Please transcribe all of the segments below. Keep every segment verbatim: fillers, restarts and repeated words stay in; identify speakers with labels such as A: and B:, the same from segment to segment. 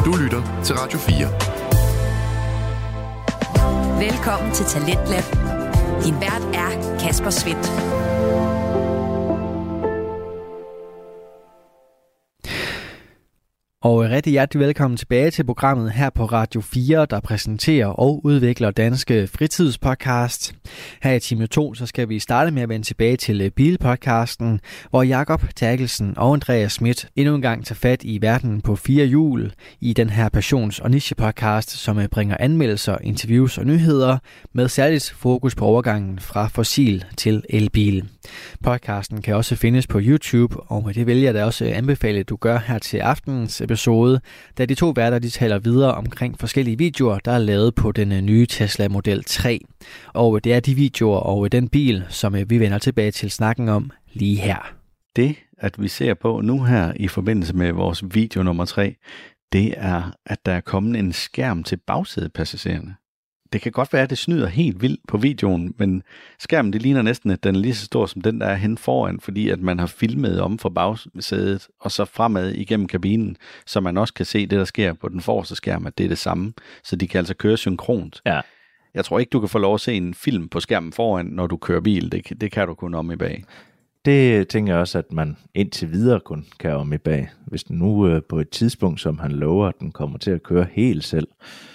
A: Du lytter til Radio fire.
B: Velkommen til Talentlab. Din vært er Kasper Svendt.
C: Og rigtig hjertelig velkommen tilbage til programmet her på Radio fire, der præsenterer og udvikler danske fritidspodcast. Her i time to, så skal vi starte med at vende tilbage til bilpodcasten, hvor Jakob Terkelsen og Andreas Schmidt endnu en gang tager fat i verden på fire hjul i den her passions- og niche-podcast, som bringer anmeldelser, interviews og nyheder med særligt fokus på overgangen fra fossil til elbil. Podcasten kan også findes på YouTube, og det vil jeg da også anbefale, at du gør her til aftenens episode, da de to værter de taler videre omkring forskellige videoer, der er lavet på den nye Tesla Model tre. Og det er de videoer og den bil, som vi vender tilbage til snakken om lige her.
D: Det, at vi ser på nu her i forbindelse med vores video nummer tre, det er, at der er kommet en skærm til bagsædepassagererne. Det kan godt være, at det snyder helt vildt på videoen, men skærmen det ligner næsten, at den er lige så stor som den, der er hen foran, fordi at man har filmet om fra bagsædet og så fremad igennem kabinen, så man også kan se det, der sker på den forreste skærm, at det er det samme. Så de kan altså køre synkront. Ja. Jeg tror ikke, du kan få lov at se en film på skærmen foran, når du kører bil. Det, det kan du kun om i bag.
E: Det tænker jeg også, at man indtil videre kun kan om i bag. Hvis den nu øh, på et tidspunkt, som han lover, at den kommer til at køre helt selv,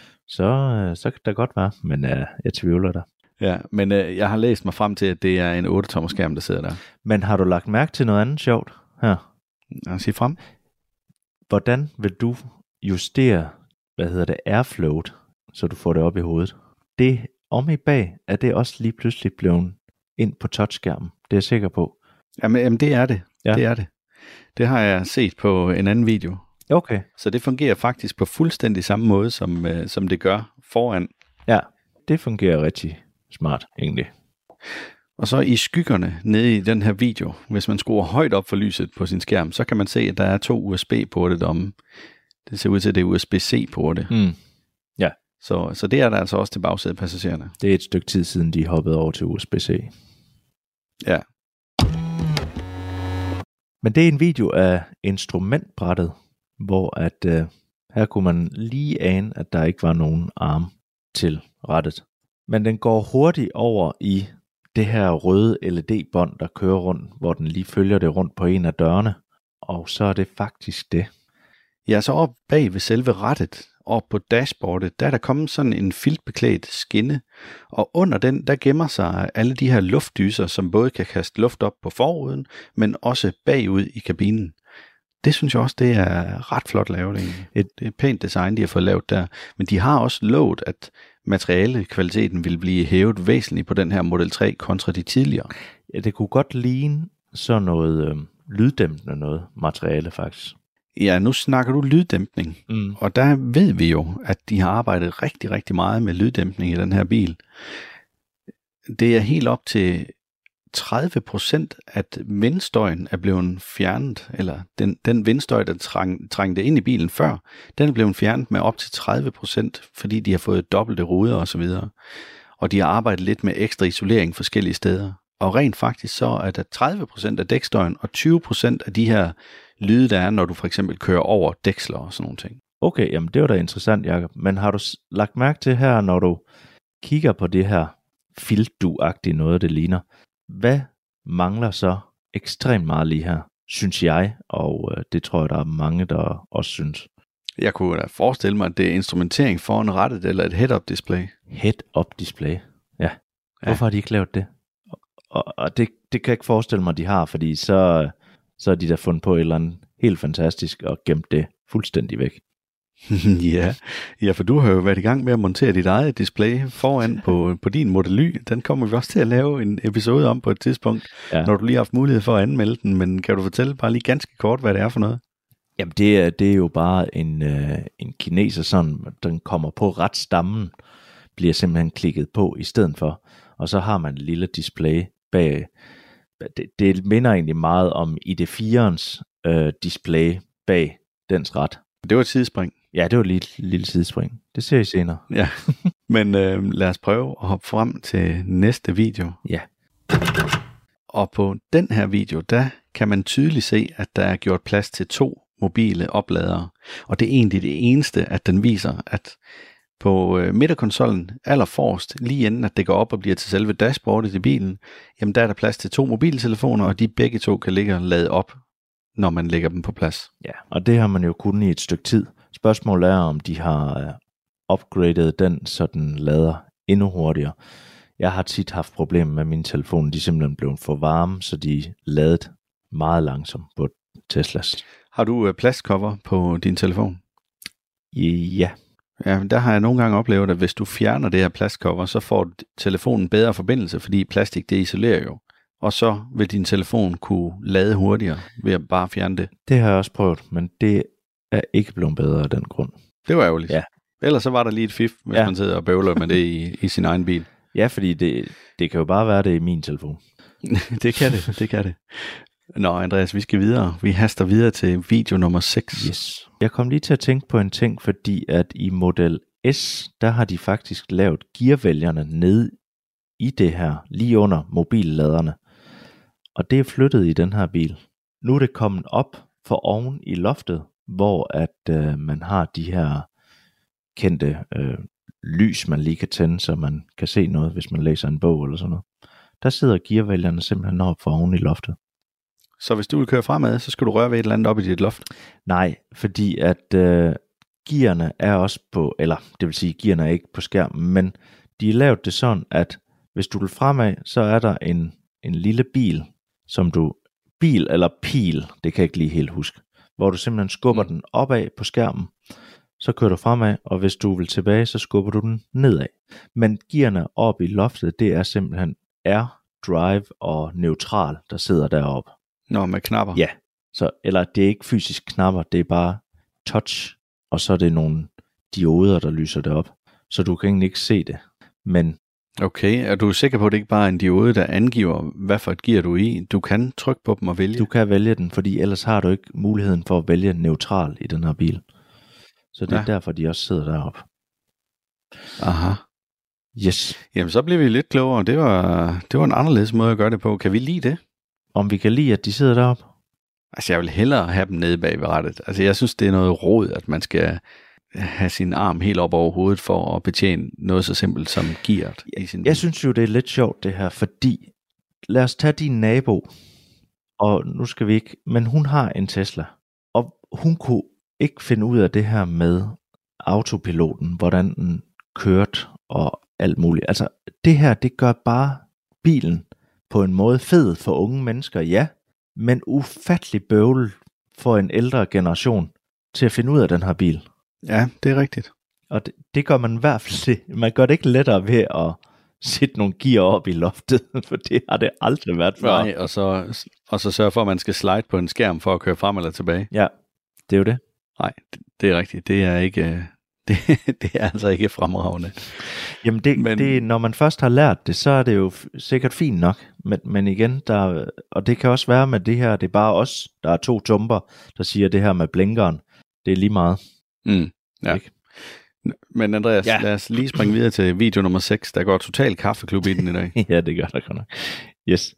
E: Så, så kan det godt være, men uh, jeg tvivler der.
D: Ja, men uh, jeg har læst mig frem til, at det er en otte tommer skærm, der sidder der.
E: Men har du lagt mærke til noget andet sjovt her?
D: Jeg siger frem.
E: Hvordan vil du justere, hvad hedder det, airflowet, så du får det op i hovedet? Det om i bag, er det også lige pludselig blevet ind på touchskærmen. Det er jeg sikker på.
D: Jamen, jamen det er det. Ja. Det er det. Det har jeg set på en anden video.
E: Okay.
D: Så det fungerer faktisk på fuldstændig samme måde, som, øh, som det gør foran.
E: Ja, det fungerer rigtig smart egentlig.
D: Og så i skyggerne nede i den her video, hvis man skruer højt op for lyset på sin skærm, så kan man se, at der er to U S B-porte deromme. Det ser ud til, at det er U S B C-porte.
E: Mm. Ja.
D: Så, så det er der altså også til bagsædepassagererne.
E: Det er et stykke tid siden, de hoppede over til U S B C.
D: Ja.
E: Men det er en video af instrumentbrættet, hvor at øh, her kunne man lige ane, at der ikke var nogen arm til rattet. Men den går hurtigt over i det her røde L E D-bånd, der kører rundt, hvor den lige følger det rundt på en af dørene. Og så er det faktisk det.
D: Ja, så op bag ved selve rattet, op på dashboardet, der er der kommet sådan en filtbeklædt skinne. Og under den, der gemmer sig alle de her luftdyser, som både kan kaste luft op på forruden, men også bagud i kabinen. Det synes jeg også, det er ret flot lavet egentlig. Et, det er et pænt design, de har fået lavet der. Men de har også lovet, at materialekvaliteten vil blive hævet væsentligt på den her Model tre kontra de tidligere.
E: Ja, det kunne godt ligne sådan noget øh, lyddæmpende noget materiale faktisk.
D: Ja, nu snakker du lyddæmpning. Mm. Og der ved vi jo, at de har arbejdet rigtig, rigtig meget med lyddæmpning i den her bil. Det er helt op til tredive procent at vindstøjen er blevet fjernet, eller den, den vindstøj, der træng, trængte ind i bilen før, den er blevet fjernet med op til tredive procent, fordi de har fået dobbelte ruder og så videre. Og de har arbejdet lidt med ekstra isolering forskellige steder. Og rent faktisk så er der tredive procent af dækstøjen og tyve procent af de her lyde, der er, når du for eksempel kører over dæksler og sådan nogle ting.
E: Okay, jamen det var da interessant, Jacob. Men har du lagt mærke til her, når du kigger på det her filtdu-agtige noget, det ligner, hvad mangler så ekstremt meget lige her, synes jeg, og øh, det tror jeg, der er mange, der også synes.
D: Jeg kunne da forestille mig, at det er instrumentering foran rattet eller et head-up display.
E: Head-up display, ja. Hvorfor ja. har de ikke lavet det? Og, og det, det kan jeg ikke forestille mig, at de har, fordi så, så er de der fundet på et eller andet helt fantastisk og gemt det fuldstændig væk.
D: ja. ja, for du har jo været i gang med at montere dit eget display foran på, på din Model Y. Den kommer vi også til at lave en episode om på et tidspunkt, ja. Når du lige har haft mulighed for at anmelde den. Men kan du fortælle bare lige ganske kort, hvad det er for noget?
E: Jamen det er, det er jo bare en, øh, en kineser, sådan, den kommer på ret stammen, bliver simpelthen klikket på i stedet for. Og så har man et lille display bag. Det, det minder egentlig meget om I D fire'ens øh, display bag dens ret.
D: Det var et sidespring.
E: Ja, det var et lille, lille sidespring. Det ser I senere.
D: Ja, men øh, lad os prøve at hoppe frem til næste video.
E: Ja.
D: Og på den her video, der kan man tydeligt se, at der er gjort plads til to mobile opladere. Og det er egentlig det eneste, at den viser, at på øh, midterkonsollen, allerforrest, lige inden at det går op og bliver til selve dashboardet i bilen, jamen der er der plads til to mobiltelefoner, og de begge to kan ligge og lade op, når man lægger dem på plads.
E: Ja, og det har man jo kun i et stykke tid. Spørgsmålet er, om de har øh, upgradet den, så den lader endnu hurtigere. Jeg har tit haft problemer med min telefon. De er simpelthen blevet for varme, så de ladet meget langsomt på Teslas.
D: Har du øh, plastcover på din telefon?
E: Ja.
D: Ja, der har jeg nogle gange oplevet, at hvis du fjerner det her plastcover, så får telefonen bedre forbindelse, fordi plastik det isolerer jo. Og så vil din telefon kunne lade hurtigere ved at bare fjerne det.
E: Det har jeg også prøvet, men det er ikke blevet bedre af den grund.
D: Det var ærgerligt.
E: Ja.
D: Ellers så var der lige et fif, hvis ja. man sidder og bøvler med det i, i sin egen bil.
E: Ja, fordi det, det kan jo bare være det i min telefon.
D: Det kan det, det kan det. Nå, Andreas, vi skal videre. Vi haster videre til video nummer seks.
E: Yes. Jeg kom lige til at tænke på en ting, fordi at i Model S, der har de faktisk lavet gearvælgerne ned i det her, lige under mobilladerne. Og det er flyttet i den her bil. Nu er det kommet op for oven i loftet, hvor at øh, man har de her kendte øh, lys, man lige kan tænde, så man kan se noget, hvis man læser en bog eller sådan noget. Der sidder gearvælgerne simpelthen op for oven i loftet.
D: Så hvis du vil køre fremad, så skal du røre ved et eller andet op i dit loft?
E: Nej, fordi at øh, gearne er også på, eller det vil sige, gearne er ikke på skærmen, men de er lavet det sådan, at hvis du vil fremad, så er der en, en lille bil, som du, bil eller pil, det kan jeg ikke lige helt huske, hvor du simpelthen skubber mm. den opad på skærmen, så kører du fremad, og hvis du vil tilbage, så skubber du den nedad. Men gearne op i loftet, det er simpelthen air, drive og neutral, der sidder deroppe.
D: Nå, med knapper?
E: Ja, så, eller det er ikke fysisk knapper, det er bare touch, og så er det nogle dioder, der lyser det op, så du kan egentlig ikke se det. Men
D: okay, er du sikker på, at det ikke bare er en diode, der angiver, hvad for et gear du er i? Du kan trykke på dem og vælge?
E: Du kan vælge den, fordi ellers har du ikke muligheden for at vælge neutral i den her bil. Så det er ja. derfor, de også sidder deroppe.
D: Aha.
E: Yes.
D: Jamen, så bliver vi lidt klogere. Det var, det var en anderledes måde at gøre det på. Kan vi lide det?
E: Om vi kan lide, at de sidder deroppe?
D: Altså, jeg vil hellere have dem nede bag ved rattet. Altså, jeg synes, det er noget råd, at man skal have sin arm helt op over hovedet for at betjene noget så simpelt som gearet i sin bil.
E: Jeg synes jo, det er lidt sjovt det her, fordi lad os tage din nabo, og nu skal vi ikke, men hun har en Tesla, og hun kunne ikke finde ud af det her med autopiloten, hvordan den kørte og alt muligt. Altså, det her, det gør bare bilen på en måde fed for unge mennesker, ja, men ufattelig bøvl for en ældre generation til at finde ud af den her bil.
D: Ja, det er rigtigt.
E: Og det, det gør man i hvert fald, man gør det ikke lettere ved at sætte nogle gear op i loftet, for det har det aldrig været før.
D: Nej, og så, og så sørge for, at man skal slide på en skærm for at køre frem eller tilbage.
E: Ja, det er jo det.
D: Nej, det, det er rigtigt. Det er ikke, det, det er altså ikke fremragende.
E: Jamen, det, men, det, når man først har lært det, så er det jo sikkert fint nok. Men, men igen, der, og det kan også være med det her, det er bare os, der er to tumper, der siger det her med blinkeren. Det er lige meget.
D: Mm, ja. Ikke? Men Andreas, ja. lad os lige springe videre til video nummer seks. Der går total kaffeklub i den i dag.
E: Ja, det gør der godt nok. Yes.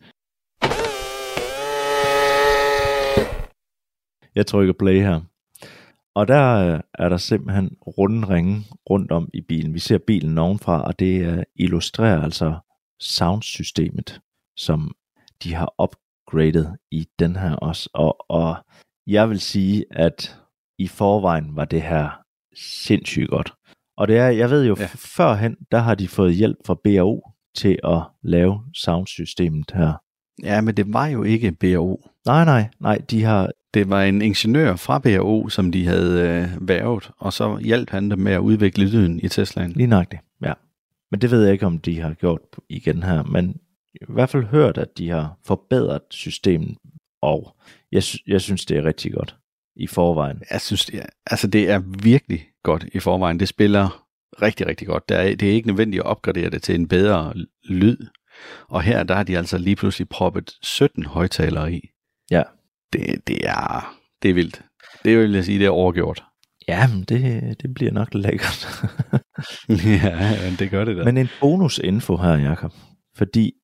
E: Jeg trykker play her. Og der er der simpelthen runde ringe rundt om i bilen. Vi ser bilen ovenfra, og det illustrerer altså soundsystemet, som de har upgradet i den her også. Og, og jeg vil sige, at i forvejen var det her sindssygt godt. Og det er, jeg ved jo, ja. førhen, der har de fået hjælp fra B A O til at lave soundsystemet her.
D: Ja, men det var jo ikke B A O.
E: Nej, nej, nej, de har...
D: Det var en ingeniør fra B A O, som de havde øh, værvet, og så hjalp han dem med at udvikle lyden i Teslaen.
E: Lige nok det, ja. Men det ved jeg ikke, om de har gjort igen her, men i hvert fald hørt, at de har forbedret systemet, og jeg, jeg synes, det er rigtig godt i forvejen.
D: Jeg synes, det er, altså det er virkelig godt i forvejen. Det spiller rigtig, rigtig godt. Det er, det er ikke nødvendigt at opgradere det til en bedre lyd. Og her, der har de altså lige pludselig proppet sytten højtalere i.
E: Ja.
D: Det, det, er, det er vildt. Det vil jeg sige, det er overgjort.
E: Ja, men det, det bliver nok lækkert.
D: Ja, det gør det da.
E: Men en bonusinfo her, Jakob. Fordi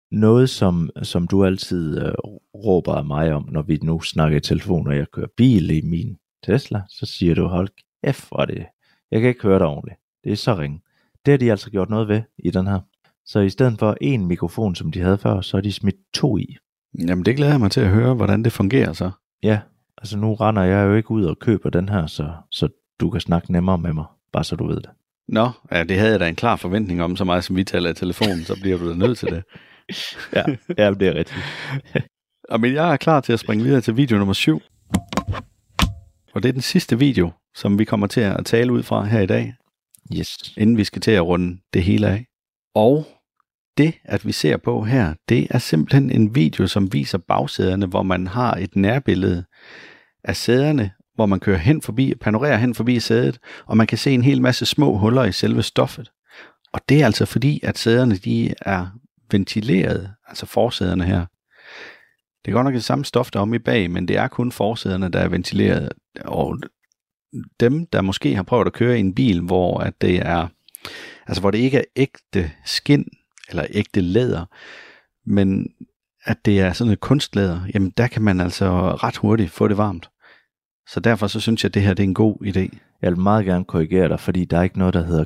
E: noget, som, som du altid øh, råber af mig om, når vi nu snakker i telefon, og jeg kører bil i min Tesla, så siger du, hold kæft, hvor er det, jeg kan ikke høre dig ordentligt. Det er så ringe. Det har de altså gjort noget ved i den her. Så i stedet for en mikrofon, som de havde før, så er de smidt to i.
D: Jamen det glæder jeg mig til at høre, hvordan det fungerer så.
E: Ja, altså nu render jeg jo ikke ud og køber den her, så, så du kan snakke nemmere med mig, bare så du ved det.
D: Nå, ja, det havde jeg da en klar forventning om, så meget som vi taler i telefonen, så bliver du da nødt til det.
E: ja, ja, det er rigtigt.
D: Og men jeg er klar til at springe videre til video nummer syv. Og det er den sidste video, som vi kommer til at tale ud fra her i dag.
E: Yes.
D: Inden vi skal til at runde det hele af. Og det, at vi ser på her, det er simpelthen en video, som viser bagsæderne, hvor man har et nærbillede af sæderne, hvor man kører hen forbi, panorerer hen forbi sædet, og man kan se en hel masse små huller i selve stoffet. Og det er altså fordi, at sæderne de er ventileret, altså forsæderne her. Det er godt nok det samme stof, der er om i bag, men det er kun forsæderne, der er ventileret. Og dem, der måske har prøvet at køre i en bil, hvor at det er, altså hvor det ikke er ægte skin eller ægte læder, men at det er sådan et kunstlæder, jamen der kan man altså ret hurtigt få det varmt. Så derfor så synes jeg, at det her det er en god idé.
E: Jeg vil meget gerne korrigere dig, fordi der er ikke noget, der hedder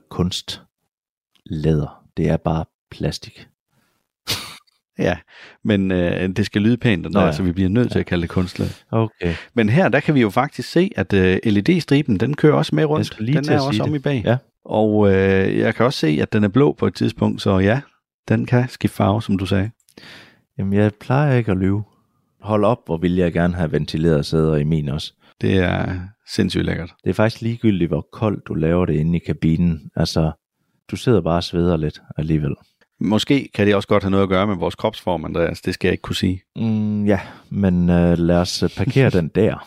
E: kunstlæder. Det er bare plastik.
D: Ja, men øh, det skal lyde pænt, Nå, ja. Så vi bliver nødt til at kalde det kunstlæder.
E: Okay.
D: Men her, der kan vi jo faktisk se, at øh, L E D-striben, den kører også med rundt. Den er også om i bag.
E: Ja.
D: Og øh, jeg kan også se, at den er blå på et tidspunkt, så ja, den kan skifte farve, som du sagde.
E: Jamen, jeg plejer ikke at lyve. Hold op, hvor vil jeg gerne have ventileret sæder i min også.
D: Det er sindssygt lækkert.
E: Det er faktisk ligegyldigt, hvor koldt du laver det inde i kabinen. Altså, du sidder bare og sveder lidt alligevel.
D: Måske kan det også godt have noget at gøre med vores kropsform, Andreas. Det skal jeg ikke kunne sige.
E: Mm, ja, men øh, lad os parkere den der.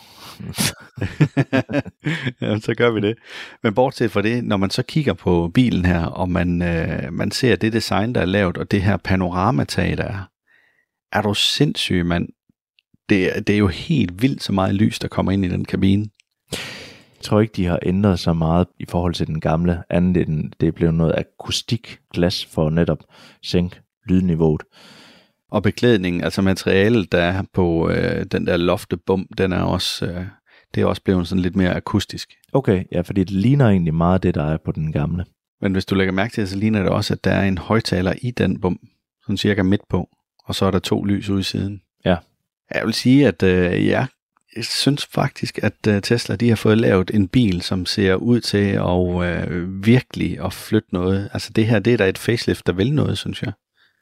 D: Ja, så gør vi det. Men bortset fra det, når man så kigger på bilen her, og man, øh, man ser det design, der er lavet, og det her panoramatag, der er, er du sindssyg, mand. Det, det er jo helt vildt så meget lys, der kommer ind i den kabine.
E: Jeg tror ikke, de har ændret så meget i forhold til den gamle, andet end det blev noget akustikglas for netop sænke lydniveauet.
D: Og beklædningen, altså materialet, der er på øh, den der loftebom, den er også, øh, det er også blevet sådan lidt mere akustisk.
E: Okay, ja, fordi det ligner egentlig meget det, der er på den gamle.
D: Men hvis du lægger mærke til det, så ligner det også, at der er en højtaler i den bom, sådan cirka midt på, og så er der to lys ude i siden.
E: Ja.
D: Jeg vil sige, at øh, ja, jeg synes faktisk, at uh, Tesla de har fået lavet en bil, som ser ud til at øh, virkelig at flytte noget. Altså det her, det er da et facelift, der vil noget, synes jeg.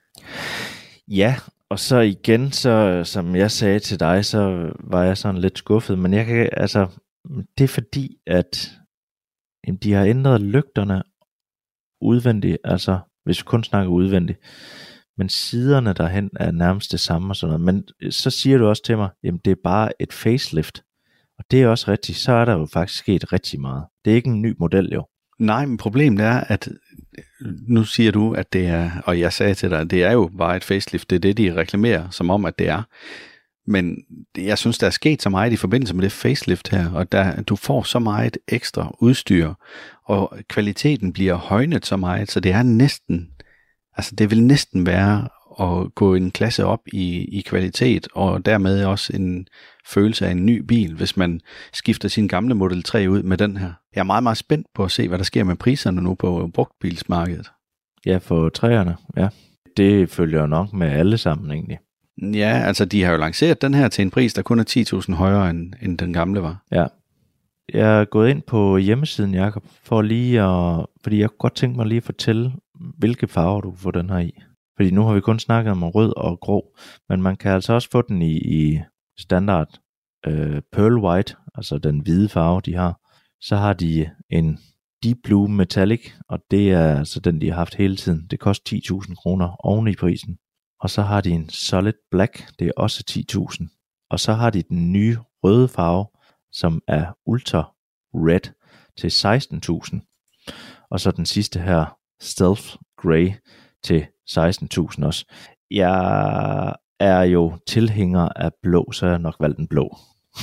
E: Ja, og så igen, så som jeg sagde til dig, så var jeg sådan lidt skuffet, men jeg kan, altså, det er fordi, at jamen, de har ændret lygterne udvendigt, altså hvis vi kun snakker udvendigt, men siderne derhen er nærmest det samme og sådan noget. Men så siger du også til mig, jamen det er bare et facelift. Og det er også rigtigt, så er der jo faktisk sket rigtig meget. Det er ikke en ny model jo.
D: Nej, men problemet er, at nu siger du, at det er, og jeg sagde til dig, at det er jo bare et facelift. Det er det, de reklamerer som om, at det er. Men jeg synes, der er sket så meget i forbindelse med det facelift her, og der, du får så meget ekstra udstyr, og kvaliteten bliver højnet så meget, så det er næsten... Altså det vil næsten være at gå en klasse op i, i kvalitet, og dermed også en følelse af en ny bil, hvis man skifter sin gamle Model tre ud med den her. Jeg er meget, meget spændt på at se, hvad der sker med priserne nu på brugtbilsmarkedet.
E: Ja, for træerne, ja. Det følger jo nok med alle sammen egentlig.
D: Ja, altså de har jo lanceret den her til en pris, der kun er ti tusind højere, end, end den gamle var.
E: Ja. Jeg er gået ind på hjemmesiden, Jakob, for lige at, fordi jeg kunne godt tænke mig lige at fortælle, hvilke farver du får den her i. Fordi nu har vi kun snakket om rød og grå, men man kan altså også få den i, i standard øh, pearl white, altså den hvide farve, de har. Så har de en deep blue metallic, og det er altså den, de har haft hele tiden. Det koster ti tusind kroner oven i prisen. Og så har de en solid black, det er også ti tusind. Og så har de den nye røde farve, som er ultra red til seksten tusind. Og så den sidste her, stealth grey til seksten tusind også. Jeg er jo tilhænger af blå, så jeg har nok valgt den blå.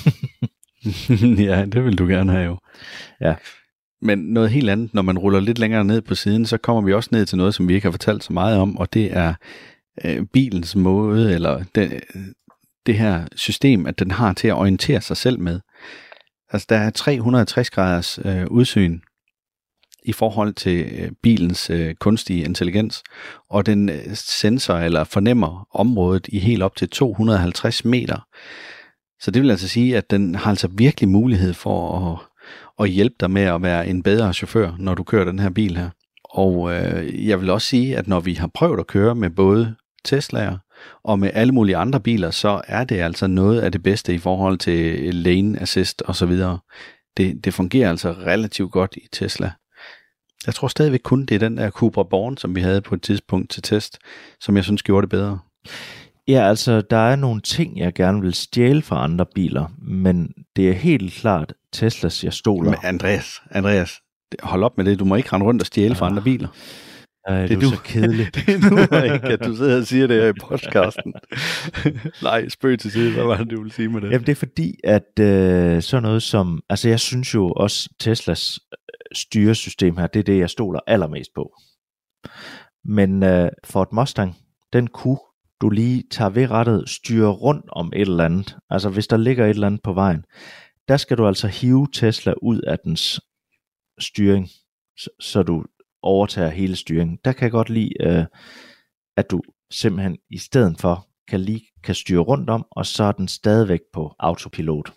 D: Ja, det vil du gerne have jo.
E: Ja.
D: Men noget helt andet, når man ruller lidt længere ned på siden, så kommer vi også ned til noget, som vi ikke har fortalt så meget om, og det er øh, bilens måde, eller den, det her system, at den har til at orientere sig selv med. Altså, der er tre hundrede og tres graders øh, udsyn i forhold til øh, bilens øh, kunstige intelligens, og den øh, sensor eller fornemmer området i helt op til to hundrede og halvtreds meter. Så det vil altså sige, at den har altså virkelig mulighed for at, at hjælpe dig med at være en bedre chauffør, når du kører den her bil her. Og øh, jeg vil også sige, at når vi har prøvet at køre med både Teslaer og med alle mulige andre biler, så er det altså noget af det bedste i forhold til lane assist og så videre. Det, det fungerer altså relativt godt i Tesla. Jeg tror stadigvæk kun, det er den der Cupra Born, som vi havde på et tidspunkt til test, som jeg synes gjorde det bedre.
E: Ja, altså, der er nogle ting, jeg gerne vil stjæle fra andre biler, men det er helt klart Teslas, jeg stoler.
D: Men Andreas, Andreas, hold op med det. Du må ikke rende rundt og stjæle ja. fra andre biler.
E: Ej, det er du, så kedelig.
D: Det er nu ikke, at du sidder og siger det her i podcasten. Nej, spøg til side. Hvad var det, du ville sige med det?
E: Jamen, det er fordi, at øh, sådan noget som... Altså, jeg synes jo også, Teslas styresystem her, det er det, jeg stoler allermest på. Men øh, Ford Mustang, den kunne du lige tager ved rattet, styre rundt om et eller andet. Altså, hvis der ligger et eller andet på vejen, der skal du altså hive Tesla ud af dens styring, så, så du overtager hele styringen. Der kan jeg godt lide, øh, at du simpelthen i stedet for kan, lige, kan styre rundt om, og så er den stadigvæk på autopilot.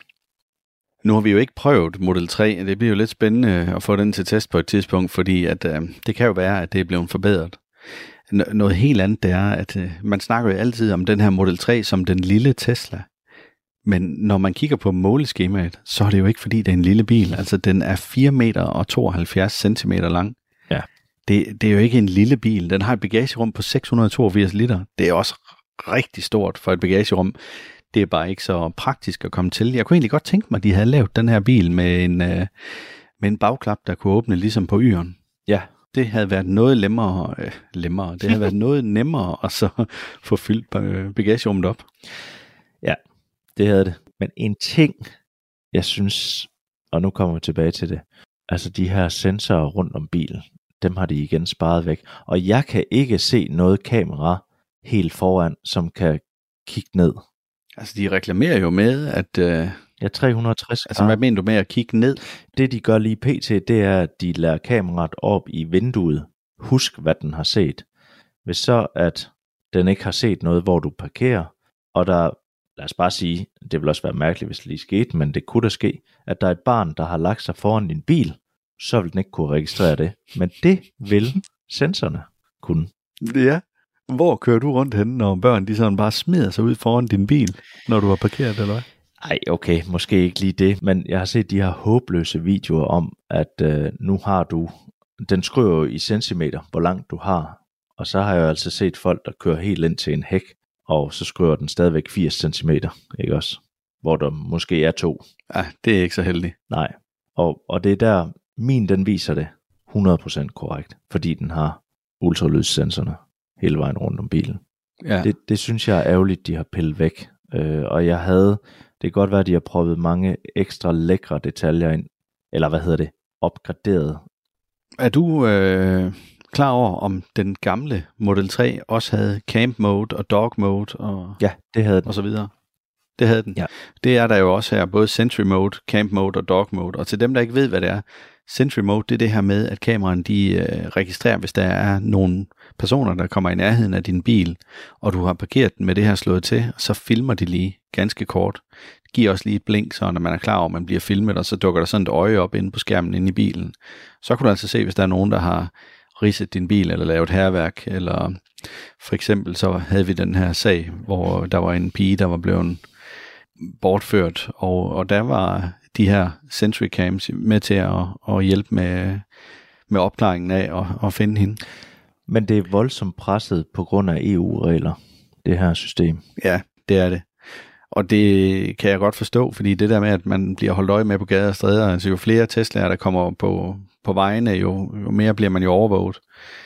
D: Nu har vi jo ikke prøvet Model tre, det bliver jo lidt spændende at få den til test på et tidspunkt, fordi at, øh, det kan jo være, at det er blevet forbedret. N- noget helt andet det er, at øh, man snakker jo altid om den her Model tre som den lille Tesla. Men når man kigger på måleskemaet, så er det jo ikke fordi, det er en lille bil. Altså, den er fire meter og tooghalvfjerds centimeter lang.
E: Ja.
D: Det, det er jo ikke en lille bil. Den har et bagagerum på seks hundrede og toogfirs liter. Det er også rigtig stort for et bagagerum. Det er bare ikke så praktisk at komme til. Jeg kunne egentlig godt tænke mig, at de havde lavet den her bil med en, øh, med en bagklap, der kunne åbne ligesom på Y'eren.
E: Ja.
D: Det havde været noget lemmere, øh, lemmere. Det havde været noget nemmere at så få fyldt bagagerummet op.
E: Ja, det havde det. Men en ting, jeg synes, og nu kommer vi tilbage til det, altså de her sensorer rundt om bilen, dem har de igen sparet væk. Og jeg kan ikke se noget kamera helt foran, som kan kigge ned.
D: Altså, de reklamerer jo med, at... Øh,
E: ja, tre hundrede og tres.
D: Altså, hvad mener du med at kigge ned?
E: Det, de gør lige pt, det er, at de lader kameraet op i vinduet. Husk, hvad den har set. Hvis så, at den ikke har set noget, hvor du parkerer, og der, lad os bare sige, det vil også være mærkeligt, hvis det lige skete, men det kunne da ske, at der er et barn, der har lagt sig foran din bil, så vil den ikke kunne registrere det. Men det vil sensorerne kunne.
D: Ja. Hvor kører du rundt henne, når børn de sådan bare smider sig ud foran din bil, når du har parkeret, eller hvad?
E: Ej, okay, måske ikke lige det, men jeg har set de her håbløse videoer om, at øh, nu har du, den skriver jo i centimeter, hvor langt du har, og så har jeg jo altså set folk, der kører helt ind til en hæk, og så skriver den stadigvæk firs centimeter, ikke også? Hvor der måske er to.
D: Ja, det er ikke så heldigt.
E: Nej, og, og det er der, min den viser det hundrede procent korrekt, fordi den har ultralydssensorerne hele vejen rundt om bilen.
D: Ja.
E: Det, det synes jeg er ærgerligt, de har pillet væk. Øh, og jeg havde, det kan godt være, at de har proppet mange ekstra lækre detaljer ind, eller hvad hedder det, opgraderet.
D: Er du øh, klar over, om den gamle Model tre også havde camp mode og dog mode og,
E: ja, det havde den.
D: og så videre? Det havde den.
E: Ja.
D: Det er der jo også her, både Sentry mode, camp mode og dog mode. Og til dem, der ikke ved, hvad det er, Sentry mode, det er det her med, at kameraen de øh, registrerer, hvis der er nogle personer, der kommer i nærheden af din bil, og du har parkeret den med det her slået til, og så filmer de lige ganske kort. Det giver også lige et blink, så når man er klar over, at man bliver filmet, og så dukker der sådan et øje op inde på skærmen inde i bilen. Så kan du altså se, hvis der er nogen, der har ridset din bil, eller lavet hærværk, eller for eksempel så havde vi den her sag, hvor der var en pige, der var blevet bortført, og, og der var de her Sentry Cams med til at, at hjælpe med, med opklaringen af at, at finde hende.
E: Men det er voldsomt presset på grund af E U-regler, det her system.
D: Ja, det er det. Og det kan jeg godt forstå, fordi det der med, at man bliver holdt øje med på gader og stræder, altså jo flere Teslaer, der kommer på, på vejene, jo, jo mere bliver man jo overvåget.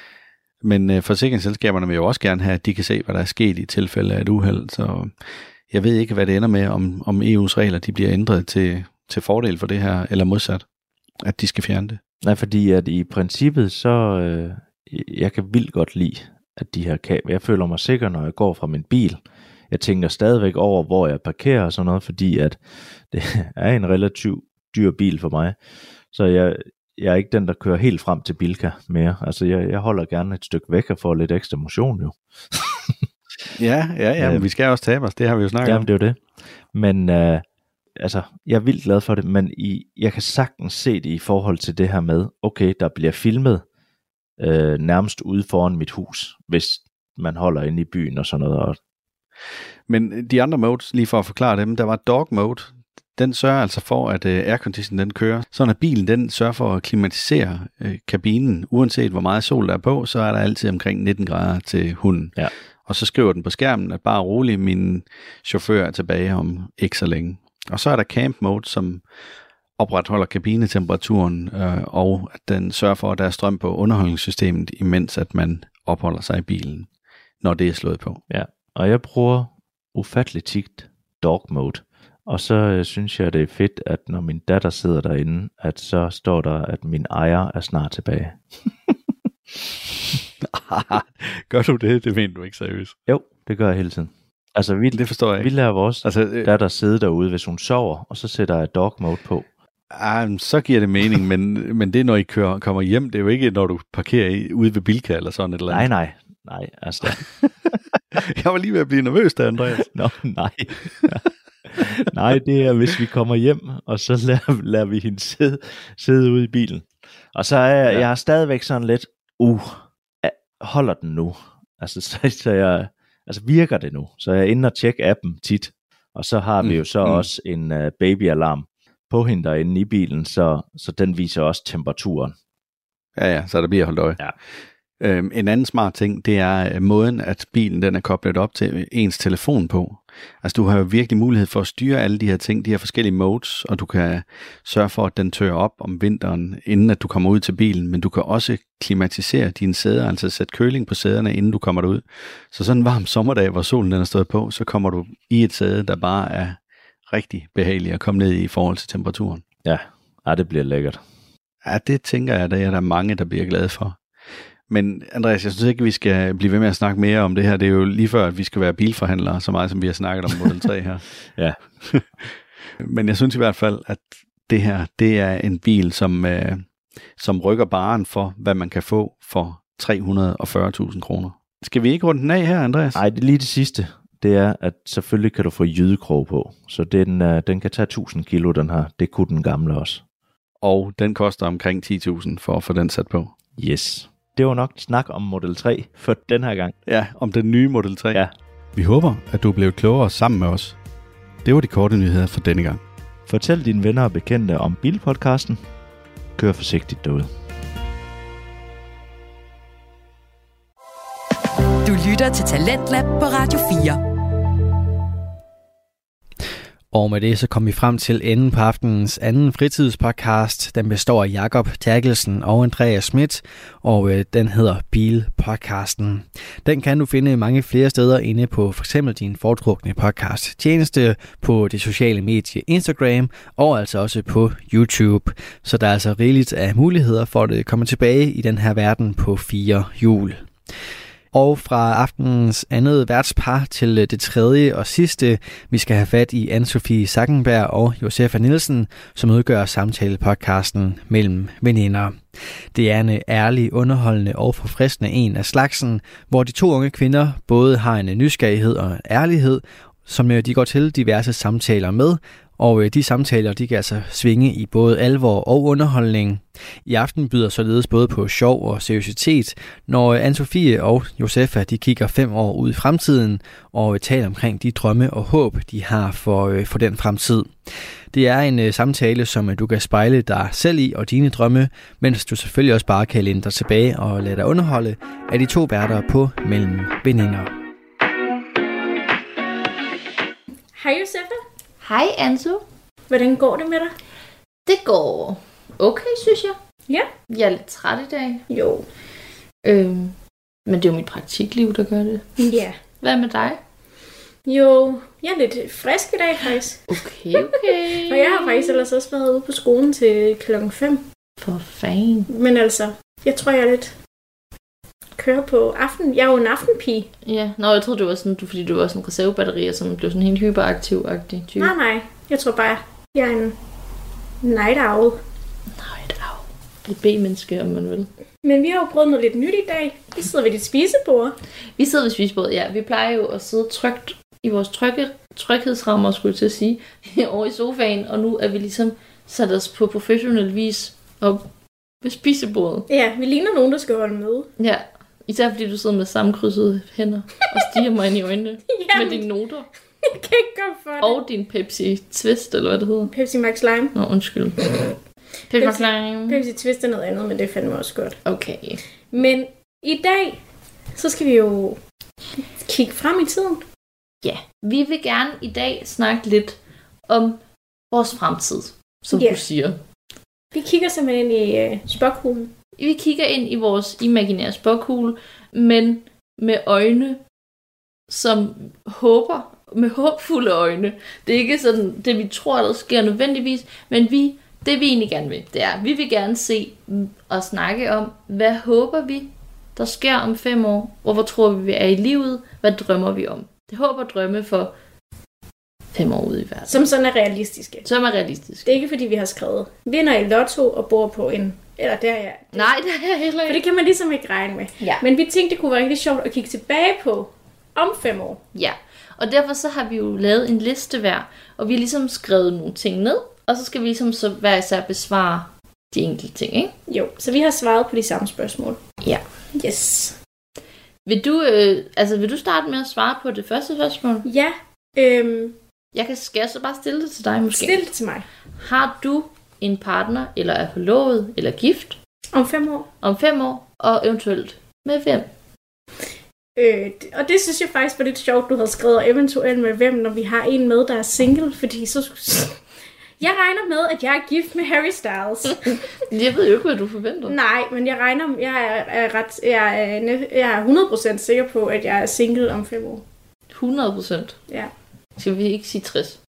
D: Men øh, forsikringsselskaberne vil jo også gerne have, at de kan se, hvad der er sket i tilfælde af et uheld, så jeg ved ikke, hvad det ender med, om, om E U's regler de bliver ændret til, til fordel for det her, eller modsat, at de skal fjerne det.
E: Nej, fordi at i princippet, så øh, jeg kan vildt godt lide, at de her kameraer, jeg føler mig sikker, når jeg går fra min bil. Jeg tænker stadigvæk over, hvor jeg parkerer og sådan noget, fordi at det er en relativt dyr bil for mig. Så jeg, jeg er ikke den, der kører helt frem til Bilka mere. Altså, jeg, jeg holder gerne et stykke væk og får lidt ekstra motion jo.
D: ja, ja, ja, men vi skal også tabe os, det har vi jo snakket
E: jamen,
D: om.
E: det er jo det. Men øh, altså, jeg er vildt glad for det, men i, jeg kan sagtens se det i forhold til det her med, okay, der bliver filmet øh, nærmest ude foran mit hus, hvis man holder inde i byen og sådan noget.
D: Men de andre modes, lige for at forklare dem, der var dog mode. Den sørger altså for, at øh, airconditionen den kører. Sådan at bilen den sørger for at klimatisere øh, kabinen. Uanset hvor meget sol der er på, så er der altid omkring nitten grader til hunden.
E: Ja.
D: Og så skriver den på skærmen, at bare rolig, min chauffør er tilbage om ikke så længe. Og så er der camp mode, som opretholder kabinetemperaturen, øh, og at den sørger for, at der er strøm på underholdningssystemet, imens at man opholder sig i bilen, når det er slået på.
E: Ja, og jeg bruger ufatteligt tit dog mode. Og så øh, synes jeg, det er fedt, at når min datter sidder derinde, at så står der, at min ejer er snart tilbage.
D: Gør du det? Det mener du ikke seriøst.
E: Jo, det gør jeg hele tiden. Altså, vi,
D: det forstår jeg ikke.
E: Vi lader vores
D: altså, øh,
E: datter sidde derude, hvis hun sover, og så sætter jeg dog mode på.
D: Ah, så giver det mening, men, men det er, når I kører, kommer hjem. Det er jo ikke, når du parkerer i, ude ved Bilka eller sådan et eller andet.
E: Nej, nej. Nej, altså.
D: Jeg var lige ved at blive nervøs der, Andreas.
E: Nå, nej. Nej, det er, hvis vi kommer hjem, og så lader, lader vi hende sidde, sidde ude i bilen. Og så er jeg, ja. jeg er stadigvæk sådan lidt, uh, holder den nu? Altså, så, så jeg, altså virker det nu? Så jeg er inde og tjekke appen tit. Og så har vi mm. jo så mm. også en uh, babyalarm på hende derinde i bilen, så, så den viser også temperaturen.
D: Ja, ja, så der bliver holdt øje.
E: Ja.
D: Øhm, en anden smart ting, det er måden, at bilen den er koblet op til ens telefon på. Altså du har jo virkelig mulighed for at styre alle de her ting, de her forskellige modes, og du kan sørge for, at den tørrer op om vinteren, inden at du kommer ud til bilen, men du kan også klimatisere dine sæder, altså sætte køling på sæderne, inden du kommer derud. Så sådan en varm sommerdag, hvor solen den er stået på, så kommer du i et sæde, der bare er rigtig behagelig at komme ned i i forhold til temperaturen.
E: Ja, ja det bliver lækkert.
D: Ja, det tænker jeg, at der er mange, der bliver glade for. Men Andreas, jeg synes ikke, vi skal blive ved med at snakke mere om det her. Det er jo lige før, at vi skal være bilforhandlere, så meget som vi har snakket om Model tre her.
E: Ja.
D: Men jeg synes i hvert fald, at det her, det er en bil, som, øh, som rykker barren for, hvad man kan få for tre hundrede og fyrre tusind kroner. Skal vi ikke runde den af her, Andreas?
E: Nej, det er lige det sidste. Det er, at selvfølgelig kan du få jydekrog på. Så den, øh, den kan tage tusind kilo, den her. Det kunne den gamle også.
D: Og den koster omkring ti tusind for at få den sat på.
E: Yes. Det var nok snak om Model tre for den her gang.
D: Ja, om den nye Model tre.
E: Ja.
D: Vi håber, at du blev klogere sammen med os. Det var de korte nyheder for denne gang.
E: Fortæl dine venner og bekendte om Bilpodcasten. Kør forsigtigt derude.
B: Du lytter til Talentlab på Radio fire.
C: Og med det så kom vi frem til enden på aftenens anden fritidspodcast. Den består af Jakob Terkelsen og Andreas Schmidt, og øh, den hedder Bilpodcasten. Den kan du finde mange flere steder inde på f.eks. din foretrukne podcast tjeneste, på det sociale medie Instagram og altså også på YouTube. Så der er altså rigeligt af muligheder for at komme tilbage i den her verden på fire hjul. Og fra aftenens andet værtspar til det tredje og sidste, vi skal have fat i Anne-Sophie Sackenberg og Josefa Nielsen, som udgør samtalepodcasten Mellem Veninder. Det er en ærlig, underholdende og forfriskende en af slagsen, hvor de to unge kvinder både har en nysgerrighed og en ærlighed, som de går til diverse samtaler med, og de samtaler de kan altså svinge i både alvor og underholdning. I aften byder således både på sjov og seriøsitet, når Anne-Sophie og Josefa de kigger fem år ud i fremtiden og taler omkring de drømme og håb, de har for, for den fremtid. Det er en uh, samtale, som du kan spejle dig selv i og dine drømme, mens du selvfølgelig også bare kan læne dig tilbage og lade dig underholde af de to værter på Mellem Veninder.
A: Hej Josefa.
F: Hej Ansu.
A: Hvordan går det med dig?
F: Det går okay, synes jeg.
A: Ja.
F: Jeg er lidt træt i dag.
A: Jo.
F: Øhm, men det er jo mit praktikliv, der gør det.
A: Ja.
F: Hvad med dig?
A: Jo, jeg er lidt frisk i dag faktisk.
F: Okay, okay.
A: Og jeg har faktisk ellers også været ude på skolen til klokken fem.
F: For fanden.
A: Men altså, jeg tror jeg er lidt køre på aften. Jeg er jo en aftenpige.
F: Ja, nå, jeg troede, det var sådan, du, fordi du var sådan reservebatterier, som blev sådan helt hyperaktiv-agtig type.
A: Nej, nej. Jeg tror bare, jeg er en night owl.
F: Night owl. Et B-menneske, om man vil.
A: Men vi har jo prøvet noget lidt nyt i dag. Vi sidder ved dit spisebord.
F: Vi sidder ved spisebordet, ja. Vi plejer jo at sidde trygt i vores trygge, tryghedsrammer, skulle jeg til at sige, over i sofaen, og nu er vi ligesom sat os på professionel vis op ved spisebordet.
A: Ja, vi ligner nogen, der skal holde med.
F: Ja, især fordi du sidder med sammenkrydsede hænder og stiger mig ind i øjnene
A: Jamen,
F: med dine noter.
A: Jeg kan ikke gå for det.
F: Og din Pepsi Twist, eller hvad det hedder.
A: Pepsi Max Lime.
F: Nå, undskyld. Pepsi Max Lime.
A: Pepsi Twist er noget andet, men det er fandme også godt.
F: Okay.
A: Men i dag, så skal vi jo kigge frem i tiden.
F: Ja, vi vil gerne i dag snakke lidt om vores fremtid, som
A: Ja.
F: du siger.
A: Vi kigger simpelthen ind i uh, spåkuglen.
F: Vi kigger ind i vores imaginære spåkugle, men med øjne, som håber, med håbfulde øjne. Det er ikke sådan, det vi tror, der sker nødvendigvis, men vi, det vi egentlig gerne vil, det er, vi vil gerne se og snakke om, hvad håber vi, der sker om fem år, og hvor tror vi, vi er i livet, hvad drømmer vi om. Det håber drømme for fem år ude i verden.
A: Som sådan er realistiske.
F: Som er realistisk.
A: Det er ikke fordi, vi har skrevet vinder i lotto og bor på en... Eller der er jeg.
F: Nej, det er jeg heller
A: For
F: ikke.
A: det kan man ligesom ikke regne med.
F: Ja.
A: Men vi tænkte, det kunne være rigtig sjovt at kigge tilbage på om fem år.
F: Ja, og derfor så har vi jo lavet en liste hver, og vi har ligesom skrevet nogle ting ned, og så skal vi ligesom så hver især besvare de enkelte ting, ikke?
A: Jo, så vi har svaret på de samme spørgsmål.
F: Ja.
A: Yes.
F: Vil du, øh, altså vil du starte med at svare på det første spørgsmål?
A: Ja, øhm,
F: Jeg kan skal jeg så bare stille det til dig måske.
A: stil det til mig.
F: Har du en partner, eller er forlovet, eller gift
A: Om fem år.
F: om fem år, og eventuelt med hvem?
A: Øh, og det synes jeg faktisk var lidt sjovt, du havde skrevet eventuelt med hvem, når vi har en med, der er single, fordi så... Jeg regner med, at jeg er gift med Harry Styles.
F: Jeg ved jo ikke, hvad du forventer.
A: Nej, men jeg regner, jeg er, er ret, jeg er, næ- jeg er hundrede procent sikker på, at jeg er single om fem år.
F: hundrede procent.
A: Ja.
F: Skal vi ikke sige tres?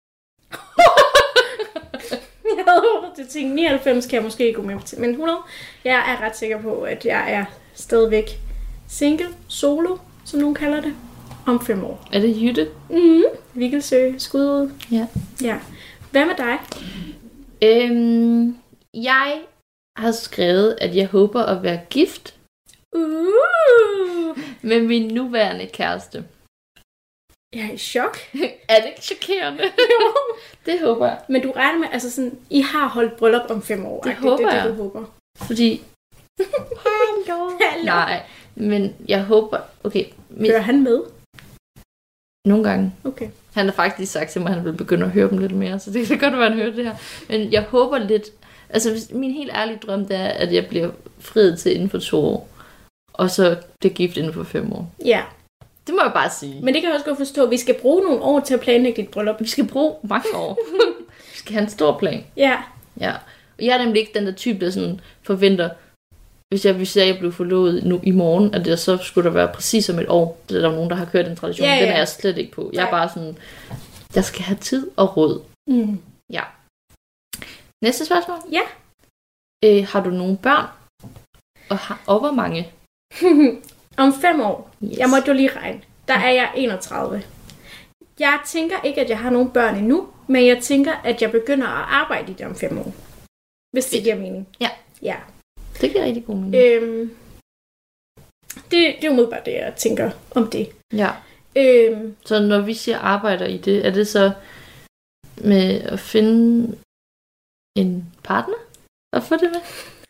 A: Jeg havde håbet til ting nioghalvfems, kan jeg måske ikke gå med til, men hundrede. Jeg er ret sikker på, at jeg er stadigvæk single, solo, som nogen kalder det, om fem år.
F: Er det Jytte?
A: Mhm. Vigelsø, skud ud.
F: Ja.
A: Ja. Hvad med dig?
F: Øhm, jeg har skrevet, at jeg håber at være gift
A: Uh.
F: med min nuværende kæreste.
A: Jeg er i chok.
F: Er det ikke chokerende?
A: Jo.
F: Det håber jeg.
A: Men du regner med, altså sådan, I har holdt bryllup om fem år.
F: Det
A: ikke?
F: håber
A: det, er
F: jeg.
A: det, du håber.
F: Fordi,
A: Hallo. Hallo.
F: nej, men jeg håber, okay, min,
A: Hører han med?
F: nogle gange.
A: Okay.
F: Han har faktisk sagt til mig, at han vil begynde at høre dem lidt mere, så det kan godt være, at han hører det her. Men jeg håber lidt, altså hvis- min helt ærlige drøm, det er, at jeg bliver friet til inden for to år, og så bliver gift inden for fem år.
A: Ja.
F: Det må jeg bare sige.
A: Men det kan jeg også godt forstå. Vi skal bruge nogle år til at planlægge dit bryllup.
F: Vi skal bruge mange år. Vi skal have en stor plan.
A: Ja.
F: Ja. Og jeg er nemlig ikke den der type, der sådan forventer, hvis jeg, hvis jeg blev forlovet nu i morgen, at det så skulle der være præcis om et år. Det er der jo nogen, der har kørt den tradition.
A: Ja, ja.
F: Den er jeg slet ikke på. Jeg er
A: Nej.
F: bare sådan, jeg skal have tid og råd.
A: Mm.
F: Ja. Næste spørgsmål.
A: Ja.
F: Øh, har du nogle børn? Og, har, og hvor mange?
A: Om fem år.
F: Yes.
A: Jeg måtte jo lige regne. Der er jeg enogtredive. Jeg tænker ikke, at jeg har nogle børn endnu, men jeg tænker, at jeg begynder at arbejde i det om fem år. Hvis det
F: Fedt.
A: giver mening.
F: Ja.
A: Ja.
F: Det giver rigtig god mening.
A: Øhm, det, det er umiddelbart det, jeg tænker om det.
F: Ja.
A: Øhm,
F: Så når vi siger arbejder i det, er det så med at finde en partner? Og få det med?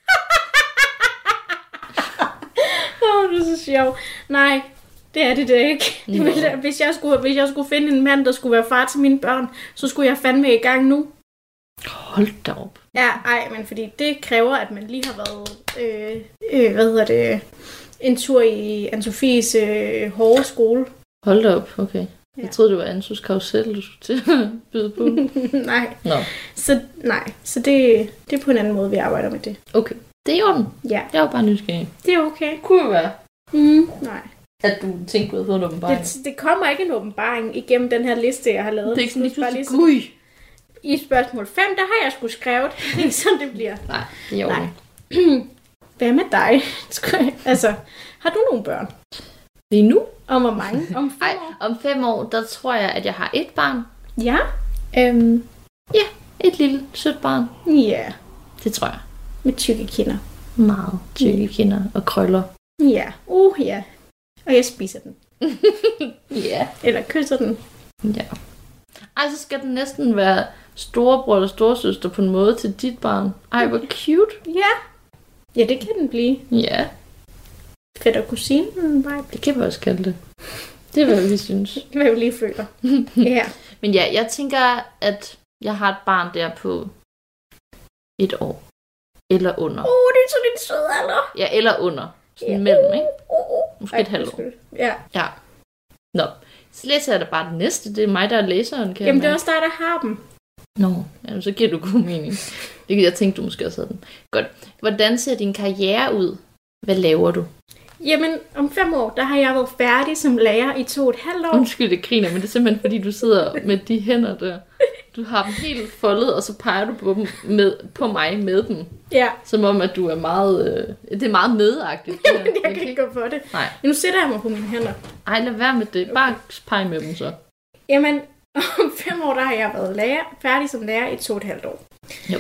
A: Åh, det er så sjovt. Nej, det er det da ikke. Det
F: Nå.
A: ville, hvis, jeg skulle, hvis jeg skulle finde en mand, der skulle være far til mine børn, så skulle jeg fandme i gang nu.
F: Hold da op.
A: Ja, ej, men fordi det kræver, at man lige har været, øh, øh, hvad hedder det, en tur i Anne-Sophies øh, hårde skole.
F: Hold da op, okay.
A: Ja.
F: Jeg troede, det var Ansus karusel, du skulle til at byde på.
A: nej,
F: Nå,
A: så, nej, så det, det er på en anden måde, vi arbejder med det.
F: okay. Det er i orden.
A: Ja,
F: Jeg var bare nysgerrig.
A: det er okay.
F: Kunne jo være,
A: Mm, nej,
F: at du tænkte, du havde fået en åbenbaring.
A: det, det kommer ikke en åbenbaring igennem den her liste, jeg har lavet.
F: Det er ikke sådan
A: Det
F: lige
A: bare
F: pludselig,
A: sådan-
F: gud.
A: I spørgsmål fem, der har jeg sgu skrevet. Det er ikke sådan, det bliver.
F: Nej, det er i orden.
A: Nej. Hvad med dig? Altså, har du nogle børn?
F: Lige nu?
A: Om hvor mange? Om fem
F: Ej,
A: år?
F: om fem år, der tror jeg, at jeg har et barn.
A: Ja?
F: Øhm, ja, et lille sødt barn.
A: Ja.
F: Det tror jeg.
A: Med tykke kinder.
F: Meget tykke kinder og krøller.
A: Ja. Uh, ja. Og jeg spiser den.
F: Ja.
A: Eller kysser den.
F: Ja. Ej, så skal den næsten være storebror eller storesøster på en måde til dit barn. Ej, hvor cute.
A: Ja. Ja, det kan den blive.
F: Ja.
A: Fætter kusine. Nej,
F: Det kan vi også kalde det. Det er, hvad vi synes.
A: det var jo lige føler. Ja.
F: Men ja, jeg tænker, at jeg har et barn der på et år. Eller under.
A: Uh, det er sådan en sød alder.
F: Ja, eller under. Sådan
A: Ja.
F: mellem, ikke?
A: Uh, uh.
F: Måske et halvt år.
A: undskyld. Ja.
F: Ja. Nå, så læser jeg da bare det næste. Det er mig, der er læseren, kan
A: Jamen, det er
F: jeg
A: også dig, der har dem.
F: Nå, jamen, så giver du god mening. Det kan jeg tænke, du måske også havde den. Godt. Hvordan ser din karriere ud? Hvad laver du?
A: Jamen, om fem år, der har jeg været færdig som lærer i to og et halvt år.
F: Undskyld, det griner, men det er simpelthen, fordi du sidder med de hænder der. Du har dem helt foldet, og så peger du på, dem med, på mig med dem.
A: Ja.
F: Som om, at du er meget... Øh, det er meget medagtigt. Det her.
A: Jeg kan ikke gå for det.
F: Nej.
A: Nu sætter jeg mig på mine hænder.
F: Ej, lad være med det. Bare pege med dem så.
A: Jamen, om fem år, der har jeg været lærer, færdig som lærer i to og et halvt år.
F: Jo.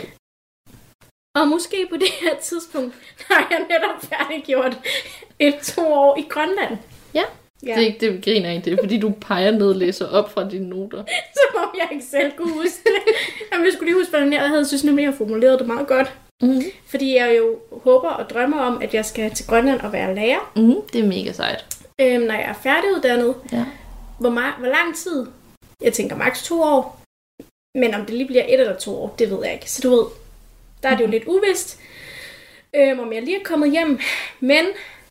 A: Og måske på det her tidspunkt, der har jeg netop færdiggjort et to år i Grønland.
F: Ja.
A: Ja.
F: Det er ikke det, vi griner i. Det er, fordi du peger ned og læser op fra dine noter.
A: Som om jeg ikke selv kunne huske det. Jamen, jeg skulle lige huske, hvordan jeg havde synes nemlig, jeg formuleret det meget godt.
F: Mm-hmm.
A: Fordi jeg jo håber og drømmer om, at jeg skal til Grønland og være lærer.
F: Mm, det er mega sejt.
A: Øhm, når jeg er færdiguddannet.
F: Ja.
A: Hvor, meget, hvor lang tid? Jeg tænker maks to år. Men om det lige bliver et eller to år, det ved jeg ikke. Så du ved, der er det jo lidt uvist, øhm, om jeg lige er kommet hjem. Men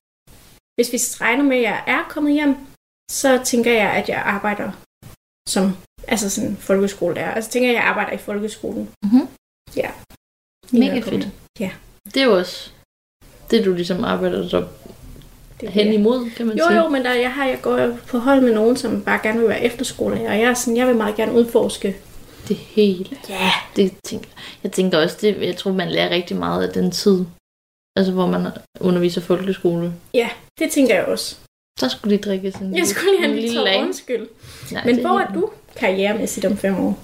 A: hvis vi regner med, at jeg er kommet hjem, så tænker jeg, at jeg arbejder som altså sådan folkeskolelærer. Altså tænker jeg, at jeg arbejder i folkeskolen.
F: Mm-hmm.
A: Ja.
F: Mega fedt.
A: Ja.
F: Det er jo også det, du ligesom arbejder så
A: Det
F: hen imod, kan man
A: jo,
F: sige.
A: Jo, men der, jeg, har, jeg går på hold med nogen, som bare gerne vil være efterskolelærer. Og jeg er sådan, jeg vil meget gerne udforske
F: det hele.
A: Ja.
F: Det tænker jeg. tænker også, det, jeg tror, man lærer rigtig meget af den tid, altså hvor man underviser folkeskole.
A: Ja, det tænker jeg også.
F: Så skulle de drikke sådan
A: Jeg skulle lige have en lille tår,
F: lag.
A: undskyld.
F: Nej,
A: Men
F: det
A: hvor
F: helt-
A: er du karrieremæssigt om fem år?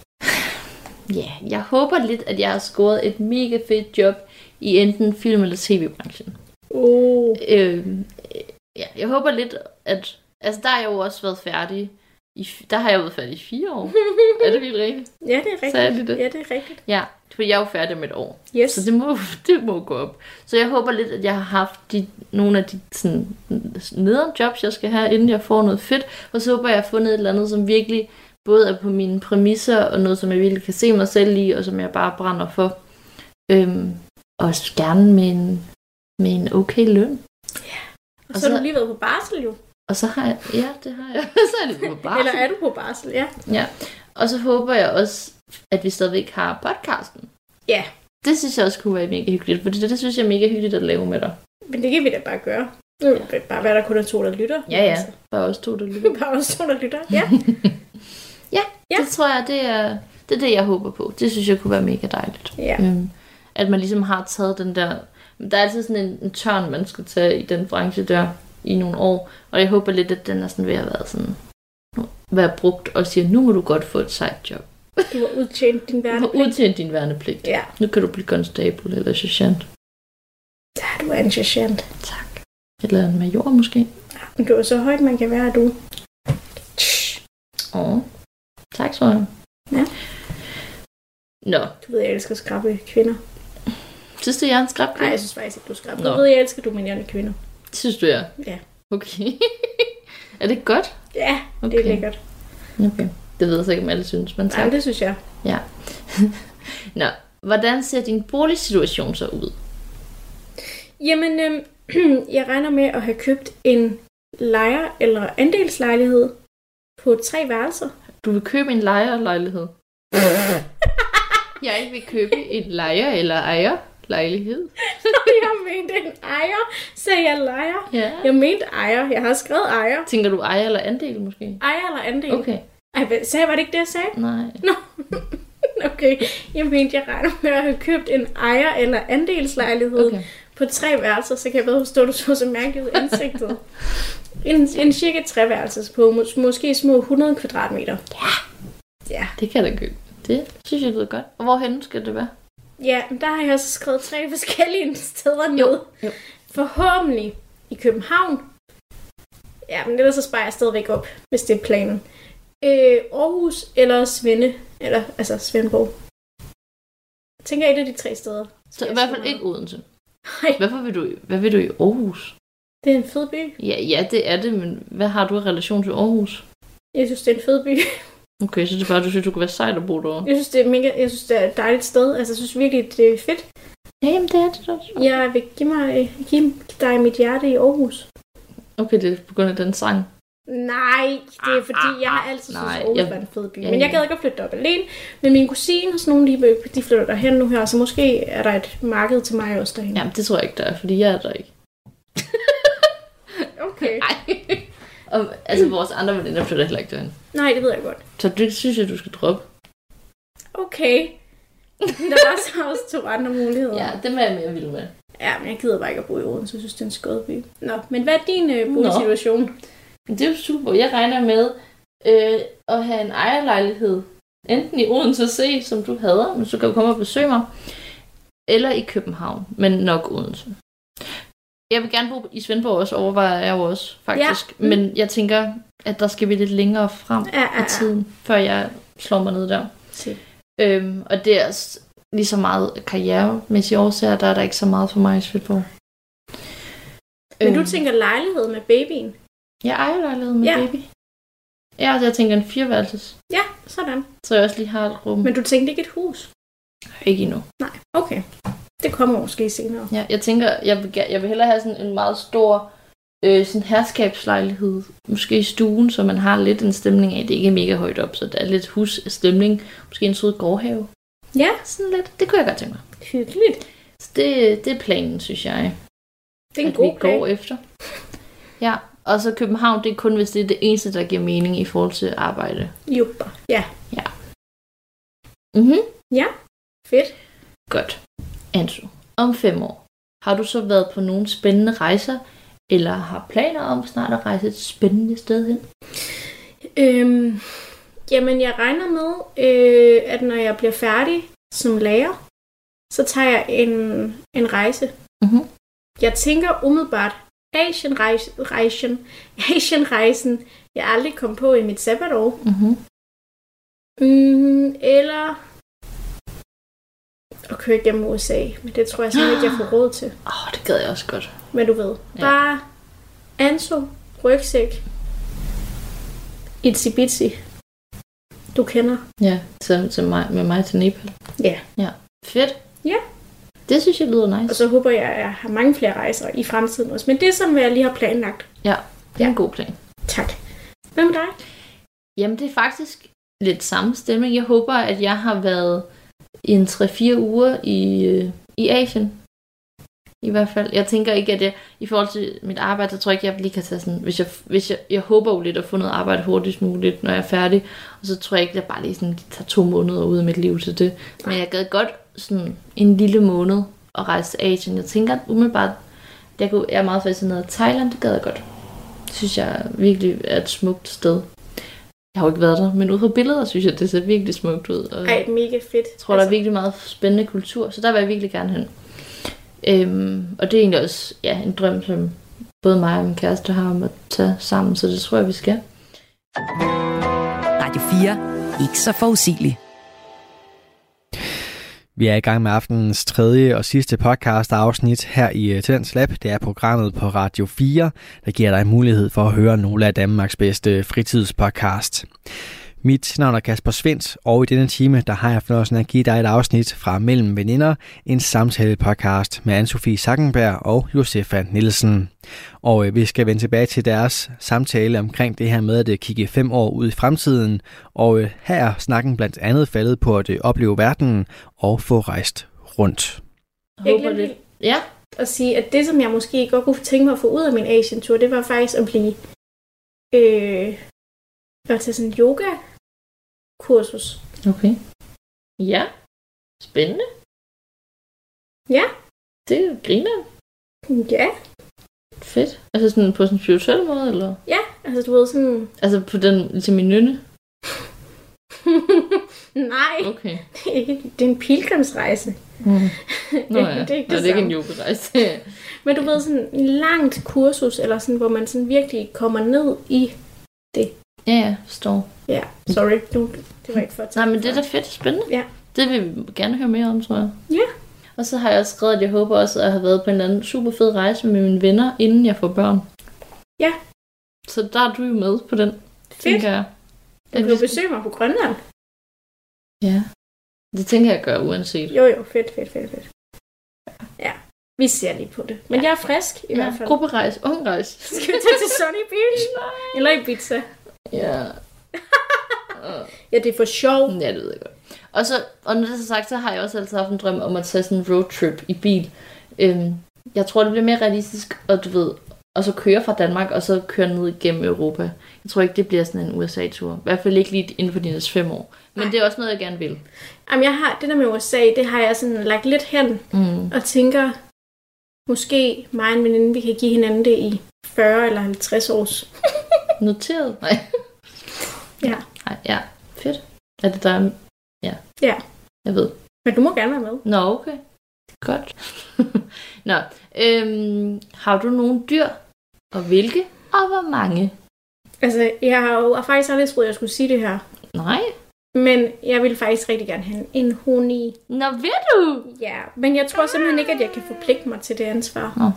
F: Ja, jeg håber lidt, at jeg har scoret et mega fedt job i enten film- eller tv-branchen.
A: Oh.
F: Øh, ja, jeg håber lidt, at... Altså, der har jeg jo også været færdig. I, der har jeg været færdig i fire år. Er det helt rigtigt?
A: Ja, det er rigtigt.
F: Sagde jeg lige det?
A: Ja, det er rigtigt.
F: Ja, for jeg er jo færdig om et år.
A: Yes.
F: Så det må, det må gå op. Så jeg håber lidt, at jeg har haft de, nogle af de sådan, nederen jobs, jeg skal have, inden jeg får noget fedt. Og så håber jeg, at jeg har fundet et eller andet, som virkelig både er på mine præmisser, og noget, som jeg virkelig kan se mig selv i, og som jeg bare brænder for. Øhm, og gerne med en, med en okay løn.
A: Ja. Og,
F: Og
A: så,
F: så-
A: har du lige været på barsel jo.
F: Og så har jeg... Ja, det har jeg. så er det på barsel.
A: Eller er du på barsel, ja.
F: Ja. Og så håber jeg også, at vi stadigvæk har podcasten.
A: Ja,
F: Det synes jeg også kunne være mega hyggeligt, for det, det synes jeg er mega hyggeligt at lave med dig.
A: men det kan vi da bare gøre. Nu er det bare være, der kun er to, der lytter.
F: Ja, ja.
A: Altså,
F: Bare også to, der lytter.
A: bare også to, der lytter. Ja.
F: Ja,
A: Ja.
F: det tror jeg, det er, det er det, jeg håber på. Det synes jeg kunne være mega dejligt.
A: Ja.
F: Øhm, at man ligesom har taget den der... Der er altid sådan en, en tørn, man skal tage i den branche der i nogle år. Og jeg håber lidt, at den er sådan ved at være sådan... Være brugt og siger, nu må du godt få et sejt job.
A: Du har udtjent din
F: Du har
A: værnepligt.
F: udtjent din værnepligt.
A: Ja,
F: Nu kan du blive constable eller sergeant.
A: ja, du er en sergeant.
F: Tak. Eller en major måske.
A: Men du er så højt, man kan være, du.
F: Åh. Tak, tror jeg.
A: Ja.
F: Nå,
A: Du ved, jeg elsker skrappe kvinder.
F: synes du, jeg er en skrab?
A: Nej, jeg synes faktisk ikke, du er skrab.
F: Nå.
A: Du ved, jeg elsker dominerende kvinder.
F: Synes du, jeg?
A: Ja.
F: Okay. Er det godt?
A: Ja, det
F: Okay.
A: er lækkert.
F: Okay. Det ved jeg så ikke, om alle synes, men
A: Nej,
F: tak.
A: det synes jeg.
F: Ja. Nå, hvordan ser din boligsituation så ud?
A: Jamen, øhm, jeg regner med at have købt en lejer- eller andelslejlighed på tre værelser.
F: Du vil købe en lejerlejlighed? Jeg vil købe en lejer- eller ejerlejlighed.
A: Jeg mente en ejer, sagde jeg lejer.
F: Ja.
A: Jeg mente ejer. Jeg har skrevet ejer.
F: Tænker du ejer eller andel måske?
A: Ejer eller andel.
F: Okay.
A: Ej, hvad, sagde, var det ikke det, jeg sagde?
F: Nej.
A: Okay, jeg mente, jeg regner med at have købt en ejer- eller andelslejlighed
F: Okay.
A: på tre værelser, så kan jeg bedre forstå, at du så så mærkeligt ud i ansigtet. En, en cirka tre værelser på mås- måske små hundrede kvadratmeter.
F: Ja.
A: Ja.
F: Det kan da gøre. Det synes jeg lyder godt. Og hvorhen skal det være?
A: Ja, der har jeg også skrevet tre forskellige steder ned.
F: Jo, jo.
A: Forhåbentlig i København. Ja, men ellers så sparer jeg stadigvæk op, hvis det er planen. Øh, Aarhus eller Svende, eller altså Svendborg. Jeg tænker et af de tre steder.
F: Så i hvert fald ikke Odense.
A: Nej.
F: Hvorfor vil du, hvad vil du i Aarhus?
A: Det er en fed by.
F: Ja, ja, det er det, men hvad har du i relation til Aarhus?
A: Jeg synes, det er en fed by.
F: Okay, så det er bare, du synes, du kan være sejt at bo derovre.
A: Jeg synes, det er mega, jeg synes, det er et dejligt sted. Altså, jeg synes virkelig, det er fedt.
F: Ja, jamen, det er det også.
A: Jeg vil give, mig, give dig mit hjerte i Aarhus.
F: Okay, det er på grund af den sang.
A: Nej, det er fordi, jeg har altid
F: Nej,
A: synes, Aarhus
F: jeg-
A: var en fed by.
F: Ja,
A: Men jeg
F: ja.
A: gad ikke at flytte op alene. Men min kusine og sådan nogle, de, de flytter derhen nu her. Så måske er der et marked til mig også derhen.
F: Jamen, det tror jeg ikke, der er, fordi jeg er der ikke.
A: Okay.
F: Nej. Og, altså, vores andre veninder flytter heller ikke derhen.
A: Nej, det ved jeg godt.
F: Så det synes jeg, du skal droppe.
A: Okay. Der var så også to andre muligheder.
F: Ja, det er jeg mere vild med.
A: Ja, men jeg gider bare ikke at bo i Odense, så jeg synes, det er en skød by. Nå, men hvad er din øh, boligsituation?
F: Men det er jo super. Jeg regner med øh, at have en ejerlejlighed. Enten i Odense C, som du hader, men så kan du komme og besøge mig. Eller i København, men nok Odense. Jeg vil gerne bo i Svendborg også, overvejer jeg jo også, faktisk.
A: Ja. Mm.
F: Men jeg tænker, at der skal vi lidt længere frem
A: Ja, ja,
F: i
A: ja.
F: tiden, før jeg slår mig ned der.
A: Se.
F: Øhm, og det er s- lige så meget karrieremæssige årsager, der er der ikke så meget for mig i Svendborg.
A: Men du
F: Øhm,
A: tænker lejlighed med babyen?
F: Jeg ejer lejlighed med
A: Ja.
F: baby. Ja, altså jeg tænker en fireværelses,
A: Ja, sådan.
F: så jeg også lige har et rum. Men
A: Men du tænkte ikke et hus?
F: ikke endnu.
A: Nej, okay. Det kommer måske senere.
F: Ja, jeg tænker, jeg vil, ga- jeg vil hellere have sådan en meget stor øh, sådan herskabslejlighed. Måske i stuen, så man har lidt en stemning af, det ikke er mega højt op, så der er lidt husstemning. Måske en sød gårdhave.
A: Ja,
F: Sådan lidt. Det kunne jeg godt tænke mig.
A: hyggeligt.
F: Så det, det er planen, synes jeg.
A: Det er en
F: at
A: god
F: vi
A: plan.
F: går efter. Ja, og så København, det er kun, hvis det er det eneste, der giver mening i forhold til arbejde.
A: Jupper. Ja,
F: Mhm.
A: fedt.
F: Godt. Anso, om fem år, har du så været på nogle spændende rejser, eller har planer om snart at rejse et spændende sted hen?
A: Øhm, jamen, jeg regner med, øh, at når jeg bliver færdig som lærer, så tager jeg en, en rejse.
F: Mhm.
A: Jeg tænker umiddelbart, Asien-rejsen, Asien-rejsen, jeg aldrig kom på i mit sabbatår.
F: Mhm.
A: Mm, eller at køre igennem U S A. Men det tror jeg simpelthen ikke, jeg får råd til.
F: Åh, oh, det gad jeg også godt.
A: Men du ved,
F: Ja.
A: bare Anso, rygsæk, itsy bitsy. Du kender.
F: Ja, til, til mig, med mig til Nepal.
A: Ja.
F: Ja. Fedt.
A: Ja.
F: Det synes jeg lyder nice.
A: Og så håber jeg, at jeg har mange flere rejser i fremtiden også. Men det er sådan, hvad jeg lige har planlagt.
F: Ja, det er en god plan.
A: Tak. Hvad med dig?
F: Jamen, det er faktisk lidt samme stemning. Jeg håber, at jeg har været i en tre fire uger i, øh, i Asien. I hvert fald. Jeg tænker ikke, at jeg, i forhold til mit arbejde, så tror jeg ikke, jeg lige kan tage sådan, hvis jeg, hvis jeg, jeg håber jo lidt at få noget arbejde hurtigst muligt, når jeg er færdig, og så tror jeg ikke, at jeg bare lige sådan tager to måneder ud af mit liv til det. Men jeg gad godt sådan en lille måned at rejse til Asien. Jeg tænker umiddelbart, jeg, kunne, jeg er meget fascineret af Thailand, det gad jeg godt. Det synes jeg virkelig er et smukt sted. Jeg har jo ikke været der, men ud fra billeder synes jeg, det ser virkelig smukt ud. Og
A: Ej, mega fedt.
F: jeg tror, der er virkelig meget spændende kultur, så der vil jeg virkelig gerne hen. Øhm, og det er egentlig også ja, en drøm, som både mig og min kæreste har om at tage sammen, så det tror jeg, vi skal.
B: Radio fire. Ikke så forudsigelig.
C: Vi er i gang med aftenens tredje og sidste podcast afsnit her i Tendens Lab. Det er programmet på Radio fire, der giver dig mulighed for at høre nogle af Danmarks bedste fritidspodcast. Mit navn er Kasper Svendt, og i denne time der har jeg fornøjelsen at give dig et afsnit fra Mellem Veninder, en samtale-podcast med Anne-Sophie Sackenberg og Josefa Nielsen. Og vi skal vende tilbage til deres samtale omkring det her med at kigge fem år ud i fremtiden. Og her er snakken blandt andet faldet på at opleve verdenen og få rejst rundt.
F: Jeg håber
A: glemte
F: det. Ja,
A: at sige, at det, som jeg måske godt kunne tænke mig at få ud af min Asien-tur, det var faktisk at blive øh, at tage sådan en yoga-kursus.
F: okay. Ja, spændende.
A: Ja.
F: Det griner.
A: Ja.
F: Fedt. Altså sådan på sådan en spirituel måde, eller?
A: Ja, altså du ved sådan...
F: Altså på den, ligesom min nynne?
A: Nej,
F: okay.
A: det, er ikke, det er en pilgrimsrejse.
F: Mm. Nå ja,
A: det er ikke det,
F: Nå, det er ikke en yogarejse.
A: Men du ved, sådan en langt kursus, eller sådan, hvor man sådan virkelig kommer ned i det.
F: Ja, ja, forstår.
A: Ja, sorry, du, det var ikke for at
F: Nej, men det er da fedt og spændende.
A: Ja.
F: Det vil vi gerne høre mere om, tror jeg.
A: Ja.
F: Og så har jeg også skrevet, at jeg håber også, at jeg har været på en eller anden super fed rejse med mine venner, inden jeg får børn.
A: Ja.
F: Så der er du jo med på den,
A: fedt.
F: tænker jeg.
A: Du kan jo besøge mig på Grønland.
F: Ja. Det tænker jeg gør uanset.
A: Jo, jo, fedt, fedt, fedt, fedt. Ja, vi ser lige på det. Men ja. Jeg er frisk i
F: ja,
A: hvert fald.
F: Grupperejse, ungrejse.
A: Skal vi tage til Sunny Beach? Eller Ibiza?
F: Ja.
A: Ja, det er for sjov.
F: Ja, det ved jeg godt. Og, så, og når det er så sagt, så har jeg også altid haft en drøm om at tage sådan en roadtrip i bil. Øhm, jeg tror, det bliver mere realistisk, og du ved, og så køre fra Danmark, og så køre ned igennem Europa. Jeg tror ikke, det bliver sådan en U S A-tur. I hvert fald ikke lige inden for de næste fem år. Men Nej. Det er også noget, jeg gerne vil. Jamen, jeg har, det der med U S A, det har jeg sådan lagt lidt hen, mm. og tænker, måske mig og en veninde, vi kan give hinanden det i fyrre eller halvtreds års. Noteret? Nej. Ja. Nej, ja. Fedt. Er det der? Ja. Ja. Jeg ved. Men du må gerne være med. Nå, okay. Godt. Nå, øhm, har du nogle dyr? Og hvilke? Og hvor mange? Altså, jeg har jo faktisk aldrig troet, at jeg skulle sige det her. Nej. Men jeg vil faktisk rigtig gerne have en hund. Nå, vil du? Ja, men jeg tror simpelthen ikke, at jeg kan forpligte mig til det ansvar. Nå.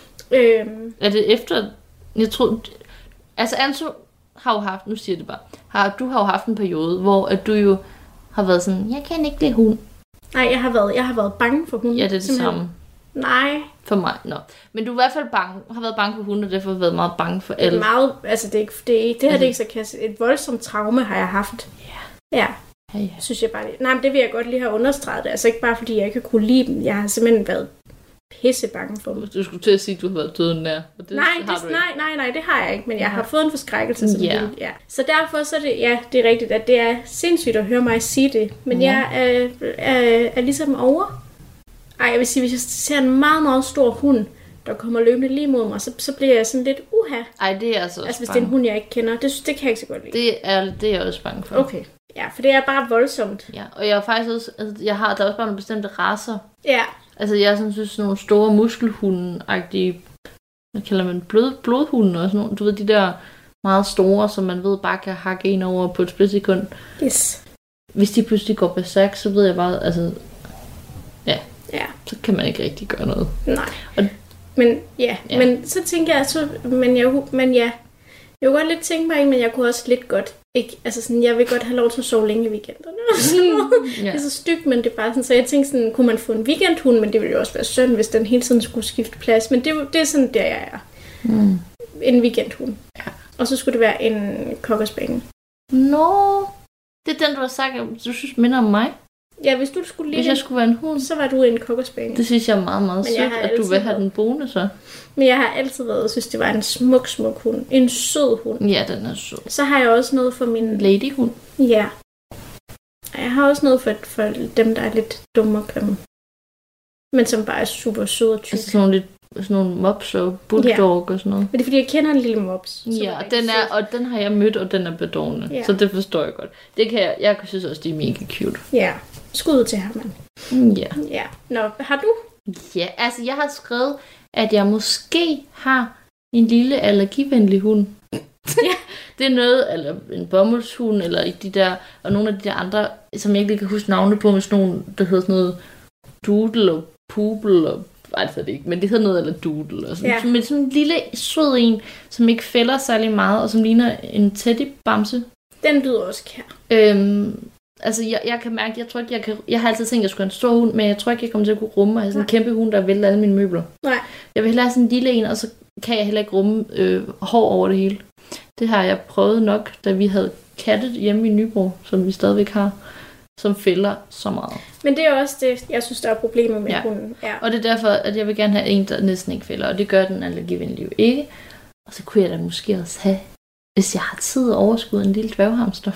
F: Øhm. Er det efter... Jeg tror... Altså, Anso har jo haft... Nu siger jeg det bare. Har, du har jo haft en periode, hvor at du jo har været sådan... Jeg kan ikke lide hund. Nej, jeg har været, jeg har været bange for hunde. Ja, det er det simpelthen. Samme. Nej. For mig, nå. Men du er i hvert fald bange, har været bange for hunde, og derfor har været meget bange for alle. Det er meget, altså det er ikke, det, er, det her altså, det er ikke så kasse. Et voldsomt traume har jeg haft. Ja. Ja. Ja, ja. Synes jeg bare det. Nej, men det vil jeg godt lige have understreget. Det. Altså ikke bare fordi jeg ikke kunne lide dem. Jeg har simpelthen været pisse bange for dem. Du skulle til at sige, at du har været døden nær. Det nej, det, nej, nej, nej, det har jeg ikke. Men jeg har fået en forskrækkelse som ja. Ja. Så derfor så er det, ja, det er rigtigt, at det er sindssygt at høre mig sige det. Men ja. Jeg er, er, er ligesom over. Ej, jeg vil sige, hvis jeg ser en meget, meget stor hund, der kommer løbende lige mod mig, så, så bliver jeg sådan lidt uha. Ej, det er altså også Altså hvis bange. Det er en hund, jeg ikke kender. Det, det kan jeg ikke så godt lide. Det er, det er jeg også bange for. Okay. Ja, for det er bare voldsomt. Ja, og jeg er faktisk også, altså jeg har, der er også bare nogle bestemte racer. Ja. Altså jeg sådan, synes sådan nogle store muskelhunde-agtige, hvad kalder man, blod, blodhunde og sådan nogle, du ved, de der meget store, som man ved bare kan hakke en over på et splitsekund. Yes. Hvis de pludselig går berserk, så ved jeg bare, altså, ja, ja. Så kan man ikke rigtig gøre noget. Nej. Og, men ja, ja, men så tænker jeg, så, men, jeg, men ja, jeg kunne godt lidt tænke mig, men jeg kunne også lidt godt ikke, altså sådan, jeg vil godt have lov til at sove længe i weekenderne. Mm, yeah. Det er så stygt, men det er bare sådan, så jeg tænkte sådan, kunne man få en weekendhund, men det ville jo også være synd, hvis den hele tiden skulle skifte plads, men det, det er sådan, der jeg er. Mm. En weekendhund. Ja. Og så skulle det være en cocker spaniel. Nå, det er den, du har sagt, du synes minder om mig. Ja, hvis du skulle lide, hvis jeg skulle være en hund, så var du en cocker spaniel. Det synes jeg er meget, meget sødt, at du vil have været den boende så. Men jeg har altid været, jeg synes, det var en smuk, smuk hund. En sød hund. Ja, den er sød. Så har jeg også noget for min ladyhund. Ja. Og jeg har også noget for, for dem, der er lidt dumme og grimme. Men som bare er super søde og tyk. Altså sådan nogle lidt sådan nogle mops og bulldog ja. Og sådan noget. Men det er fordi, jeg kender en lille mops. Ja, og den, er, og den har jeg mødt, og den er bedårende. Ja. Så det forstår jeg godt. Det kan jeg, jeg synes også, det er mega cute. Ja, skud til Herman. Ja. Ja. Nå, har du? Ja, altså jeg har skrevet, at jeg måske har en lille allergivenlig hund. Ja. Det er noget, eller en bomuldshund, eller de der, og nogle af de der andre, som jeg ikke lige kan huske navne på, med sådan nogle, der hedder sådan noget doodle og pubel og altså det ikke, men det hedder noget eller doodle og sådan. Ja. Men sådan en lille sød en, som ikke fælder særlig meget, og som ligner en teddybamse. Den lyder også kær. Øhm, altså jeg, jeg kan mærke, jeg tror ikke, jeg kan, jeg har altid tænkt, at jeg skulle have en stor hund, men jeg tror ikke, jeg kommer til at kunne rumme, og have sådan en kæmpe hund, der vælter alle mine møbler. Nej. Jeg vil hellere have sådan en lille en, og så kan jeg heller ikke rumme øh, hår over det hele. Det har jeg prøvet nok, da vi havde katte hjemme i Nyborg, som vi stadigvæk har, som fælder så meget. Men det er også det, jeg synes, der er problemer med ja. Hunden. Ja. Og det er derfor, at jeg vil gerne have en, der næsten ikke fælder, og det gør den allergivenlige jo ikke. Og så kunne jeg da måske også have, hvis jeg har tid og overskud, en lille dværghamster.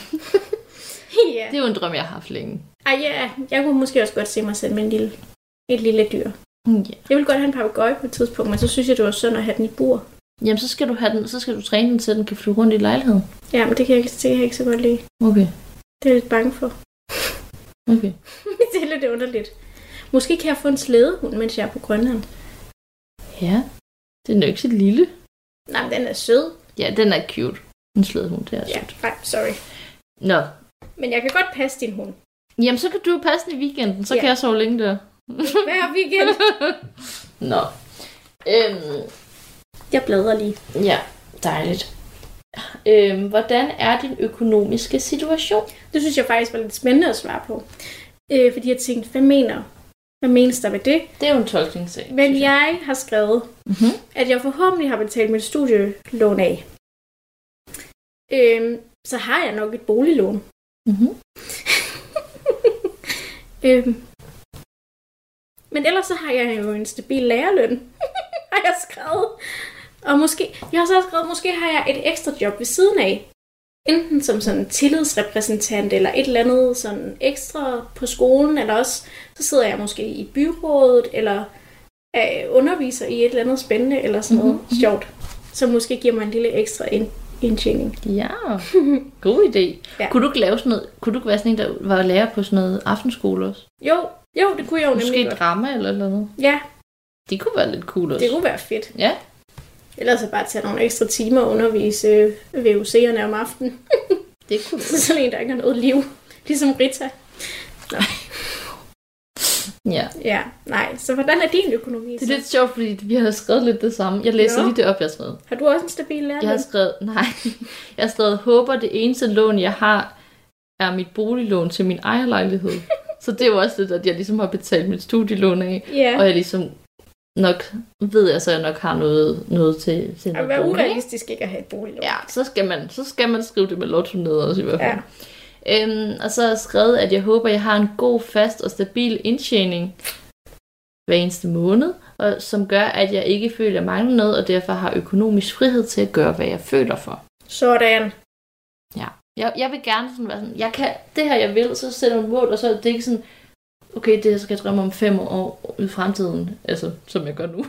F: Ja. Det er jo en drøm, jeg har haft længe. Ej, ja, jeg kunne måske også godt se mig selv med en lille, et lille dyr. Ja.
A: Jeg vil godt have en papegøje på et tidspunkt, men så synes jeg, det var synd at have den i bur.
F: Jamen, så skal du have den, så skal du træne den, så den kan flyve rundt i lejligheden.
A: Ja, men det kan jeg ikke, det kan jeg ikke så godt lide.
F: Okay.
A: Det er jeg lidt bange for.
F: Okay.
A: Det er lidt underligt. Måske kan jeg få en slædehund, mens jeg er på Grønland.
F: Ja, den er jo ikke så lille.
A: Nej, men den er sød.
F: Ja, den er cute. En slædehund, det er
A: Ja,
F: sødt.
A: nej, sorry.
F: Nå.
A: Men jeg kan godt passe din hund.
F: Jamen, så kan du passe den i weekenden, så
A: Ja.
F: kan jeg sove længe der.
A: Hver weekend.
F: Nå. Øhm,
A: Jeg bladrer lige.
F: ja, dejligt. Øhm, hvordan er din økonomiske situation?
A: Det synes jeg faktisk var lidt spændende at svare på. Øh, fordi jeg tænkte, hvad mener Hvad menes der med det?
F: Det er jo en tolkningssag.
A: Men jeg har skrevet,
F: Mm-hmm.
A: at jeg forhåbentlig har betalt mit studielån af. Øhm, så har jeg nok et boliglån.
F: Mm-hmm.
A: øhm. Men ellers så har jeg jo en stabil lærerløn, har jeg skrevet. Og måske, jeg har så skrevet, måske har jeg et ekstra job ved siden af. Enten som sådan tillidsrepræsentant, eller et eller andet sådan ekstra på skolen, eller også så sidder jeg måske i byrådet, eller øh, underviser i et eller andet spændende, eller sådan noget
F: Mhm.
A: sjovt, som måske giver mig en lille ekstra ind- indtjening.
F: Ja, god idé.
A: Ja.
F: Kunne du ikke lave sådan noget, kunne du ikke være sådan en, der var lærer på sådan noget aftenskole også?
A: Jo, jo, det kunne jeg jo nemlig
F: Måske
A: godt.
F: drama eller noget.
A: Ja,
F: Det kunne være lidt cool også.
A: det kunne være fedt.
F: Ja.
A: Ellers så bare tage nogle ekstra timer og undervise V U C'erne om aftenen.
F: Det kunne
A: Så sådan en, der ikke har noget liv. Ligesom Rita.
F: Ja.
A: Ja, nej. Så hvordan er din økonomi?
F: Det er
A: så?
F: lidt sjovt, fordi vi har skrevet lidt det samme. Jeg læser
A: Nå.
F: lige det op, jeg har skrevet.
A: Har du også en stabil lærerløn?
F: Jeg har skrevet, nej, jeg har skrevet, håber det eneste lån, jeg har, er mit boliglån til min ejerlejlighed. Så det er jo også det, at jeg ligesom har betalt mit studielån af.
A: Ja.
F: Og jeg ligesom nok, ved jeg så, jeg nok har noget, noget til, til
A: At
F: noget
A: være
F: bolig, ikke?
A: urealistisk ikke at have et boliglån.
F: Ja, så skal man, så skal man skrive det med lotto ned også i hvert fald.
A: Ja.
F: Øhm, og så har jeg skrevet, at jeg håber, jeg har en god, fast og stabil indtjening hver eneste måned, og som gør, at jeg ikke føler, at jeg mangler noget, og derfor har økonomisk frihed til at gøre, hvad jeg føler for.
A: Sådan.
F: Ja. Jeg, jeg vil gerne sådan være sådan, jeg kan det her, jeg vil, så sætter jeg et mål, og så er det ikke sådan, okay, det her skal jeg drømme om fem år i fremtiden, altså, som jeg gør nu.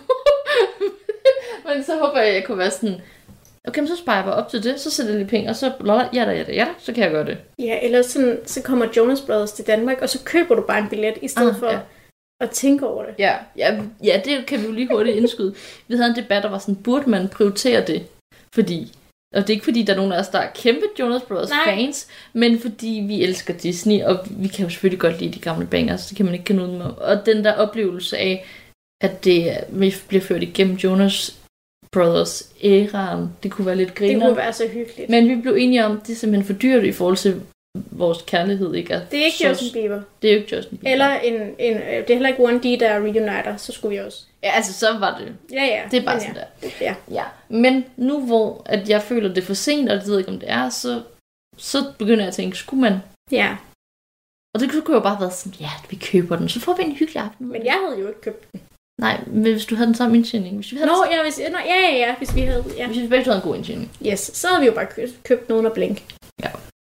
F: Men så håber jeg, at jeg kunne være sådan, okay, men så sparer jeg bare op til det, så sætter jeg lige penge, og så ja da, ja da, ja da, så kan jeg gøre det.
A: Ja, eller sådan, så kommer Jonas Brothers til Danmark, og så køber du bare en billet, i stedet
F: Ah,
A: for
F: ja.
A: at tænke over det.
F: Ja, ja, ja, det kan vi jo lige hurtigt indskyde. Vi havde en debat, der var sådan, burde man prioritere det? Fordi, og det er ikke fordi, der er nogen af os, der er kæmpe Jonas Brothers
A: Nej.
F: fans, men fordi vi elsker Disney, og vi kan jo selvfølgelig godt lide de gamle bangers, det kan man ikke kende uden med. Og den der oplevelse af, at det bliver ført igennem Jonas Brothers æraen, det kunne være lidt
A: Det
F: griner.
A: kunne være så hyggeligt.
F: Men vi blev enige om, at det er simpelthen for dyrt i forhold til vores kærlighed, ikke?
A: Det er ikke
F: så,
A: Justin Bieber.
F: Det er jo ikke Justin Bieber.
A: Eller en, en, det er heller ikke One D, der er reuniter, så skulle vi også.
F: Ja, altså så var det.
A: Ja, ja.
F: Det er bare
A: Men
F: sådan
A: ja.
F: der.
A: Ja.
F: Ja, men nu hvor at jeg føler det er for sent, og det ved jeg ikke om det er, så, så begynder jeg at tænke, skulle man?
A: Ja,
F: Og det kunne jo bare være sådan, ja, vi køber den, så får vi en hyggelig aften.
A: men jeg havde jo ikke købt den.
F: Nej, men hvis du havde den samme indtjening. Hvis vi havde
A: Nå, ja, hvis, nå, ja, ja, ja, hvis vi havde... Ja.
F: hvis vi begge to havde en god indtjening.
A: Yes, så havde vi jo bare købt, købt nogen at blink.
F: Ja.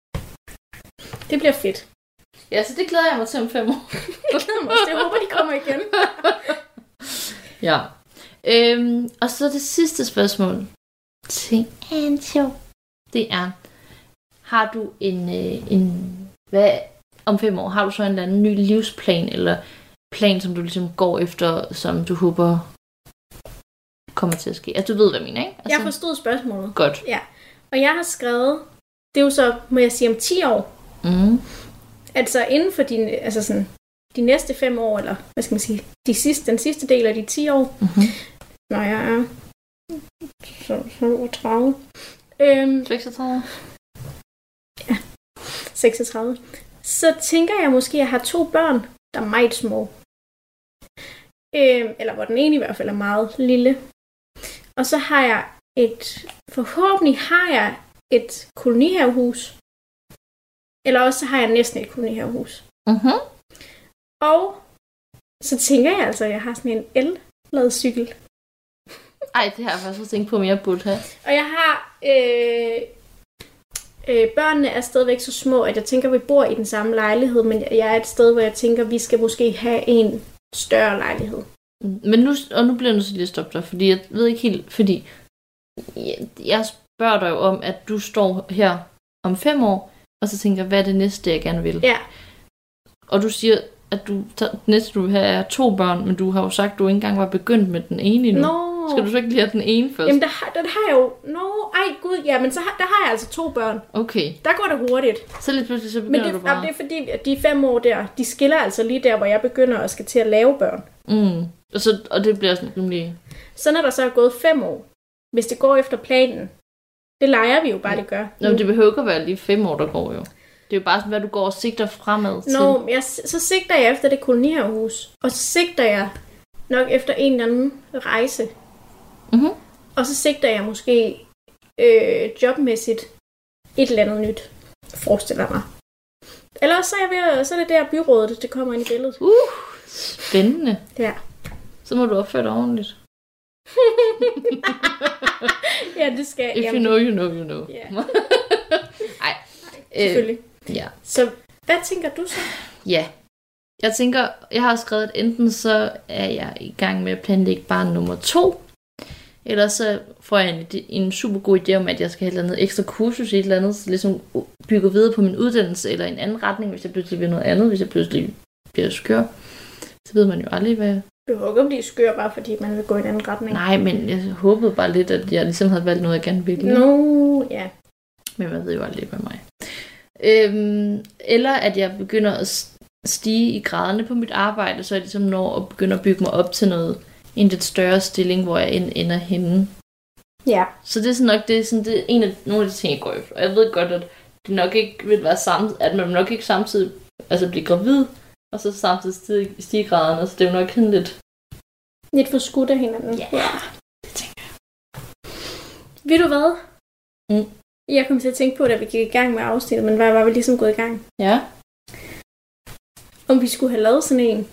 A: Det bliver fedt.
F: Ja, så det glæder jeg mig til om fem år.
A: Jeg glæder mig også. Jeg håber, de kommer igen.
F: Ja. Øhm, og så det sidste spørgsmål til Anjo. Det er, har du en, øh, en hvad, om fem år, har du så en eller anden ny livsplan, eller plan, som du ligesom går efter, som du håber kommer til at ske? Altså, du ved, hvad jeg mener, ikke? Altså,
A: Jeg forstod spørgsmålet.
F: godt.
A: Og jeg har skrevet, det er jo så, må jeg sige, om ti år.
F: Mm.
A: Altså inden for din, altså sådan, de næste fem år, eller hvad skal man sige, de sidste, den sidste del af de ti år,
F: Mm-hmm.
A: når jeg er så, så over tredive. Øhm,
F: seksogtredive.
A: seksogtredive. Så tænker jeg måske, at jeg har to børn, der er meget små. Øhm, eller hvor den ene i hvert fald er meget lille. Og så har jeg et, forhåbentlig har jeg et kolonihavehus. Eller også så har jeg næsten et kolonihavehus.
F: Mm-hmm.
A: Og så tænker jeg altså, at jeg har sådan en el-ladet cykel.
F: Ej, det har jeg faktisk også tænkt på, om jeg burde have.
A: Og jeg har... Øh, øh, børnene er stadigvæk så små, at jeg tænker, at vi bor i den samme lejlighed, men jeg er et sted, hvor jeg tænker, at vi skal måske have en større lejlighed.
F: Men nu, og nu bliver jeg nødt til lige at stoppe dig, fordi jeg ved ikke helt, fordi jeg, jeg spørger dig jo om, at du står her om fem år, og så tænker, hvad er det næste, jeg gerne vil?
A: Ja.
F: Og du siger, at du det næste, du vil have, er to børn, men du har jo sagt, at du ikke engang var begyndt med den ene endnu.
A: Nå.
F: Skal du så ikke lige have den ene først?
A: Jamen, der, har- der, der har jeg jo... Nå, ej gud, ja, men så har, der har jeg altså to børn.
F: Okay.
A: Der går det hurtigt.
F: Så lidt pludselig, så
A: Men
F: begynder
A: det,
F: du bare...
A: jamen, det er fordi, at de fem år der, de skiller altså lige der, hvor jeg begynder at skal til at lave børn.
F: Mm. Og, så, og det bliver sådan rimelig...
A: Så når der så er gået fem år, hvis det går efter planen, det leger vi jo bare, det gør.
F: Nå, men det behøver ikke at være lige fem år, der går jo. Det er jo bare sådan, hvad du går og sigter fremad til.
A: Nå, men jeg, så sigter jeg efter det kolonihavehus, og så sigter jeg nok efter en eller anden rejse.
F: Mhm.
A: Og så sigter jeg måske øh, jobmæssigt et eller andet nyt, forestiller mig. Eller så er, jeg ved, at- så er det der byrådet, det kommer ind i billedet.
F: Uh, spændende.
A: Ja.
F: Så må du opføre dig ordentligt.
A: Ja, det skal
F: If you know, you know, you know.
A: Ja.
F: Ej.
A: Selvfølgelig.
F: Øh, ja.
A: Så hvad tænker du så?
F: Ja. Jeg tænker, jeg har skrevet, at enten så er jeg i gang med at planlægge barn nummer to, eller så får jeg en, ide- en super god idé om, at jeg skal have et eller andet ekstra kursus i et eller andet, så ligesom bygge videre på min uddannelse, eller en anden retning, hvis jeg pludselig vil noget andet, hvis jeg pludselig bliver skør. Så ved man jo aldrig, hvad...
A: Du håber at blive skør, bare fordi man vil gå i en anden retning.
F: Nej, men jeg håbede bare lidt, at jeg ligesom havde valgt noget, jeg gerne ville.
A: Nå, ja.
F: Men man ved jo aldrig med mig. Øhm, eller at jeg begynder at s- stige i graderne på mit arbejde, så jeg ligesom når at begynde at bygge mig op til noget, en lidt større stilling, hvor jeg end ender henne.
A: Ja.
F: Så det er sådan nok det, er sådan, det er en af nogle af de ting, jeg går efter. Og jeg ved godt, at det nok ikke vil være samt, at man nok ikke samtidig altså blive gravid, og så samtidig stige, stige i graderne, så det er jo nok sådan lidt...
A: Lidt for skudt af hinanden.
F: Ja, det tænker jeg.
A: Ved du hvad?
F: Mm.
A: Jeg kom til at tænke på, da vi gik i gang med afsnittet, men hvad var vi ligesom gået i gang?
F: Ja.
A: Om vi skulle have lavet sådan en.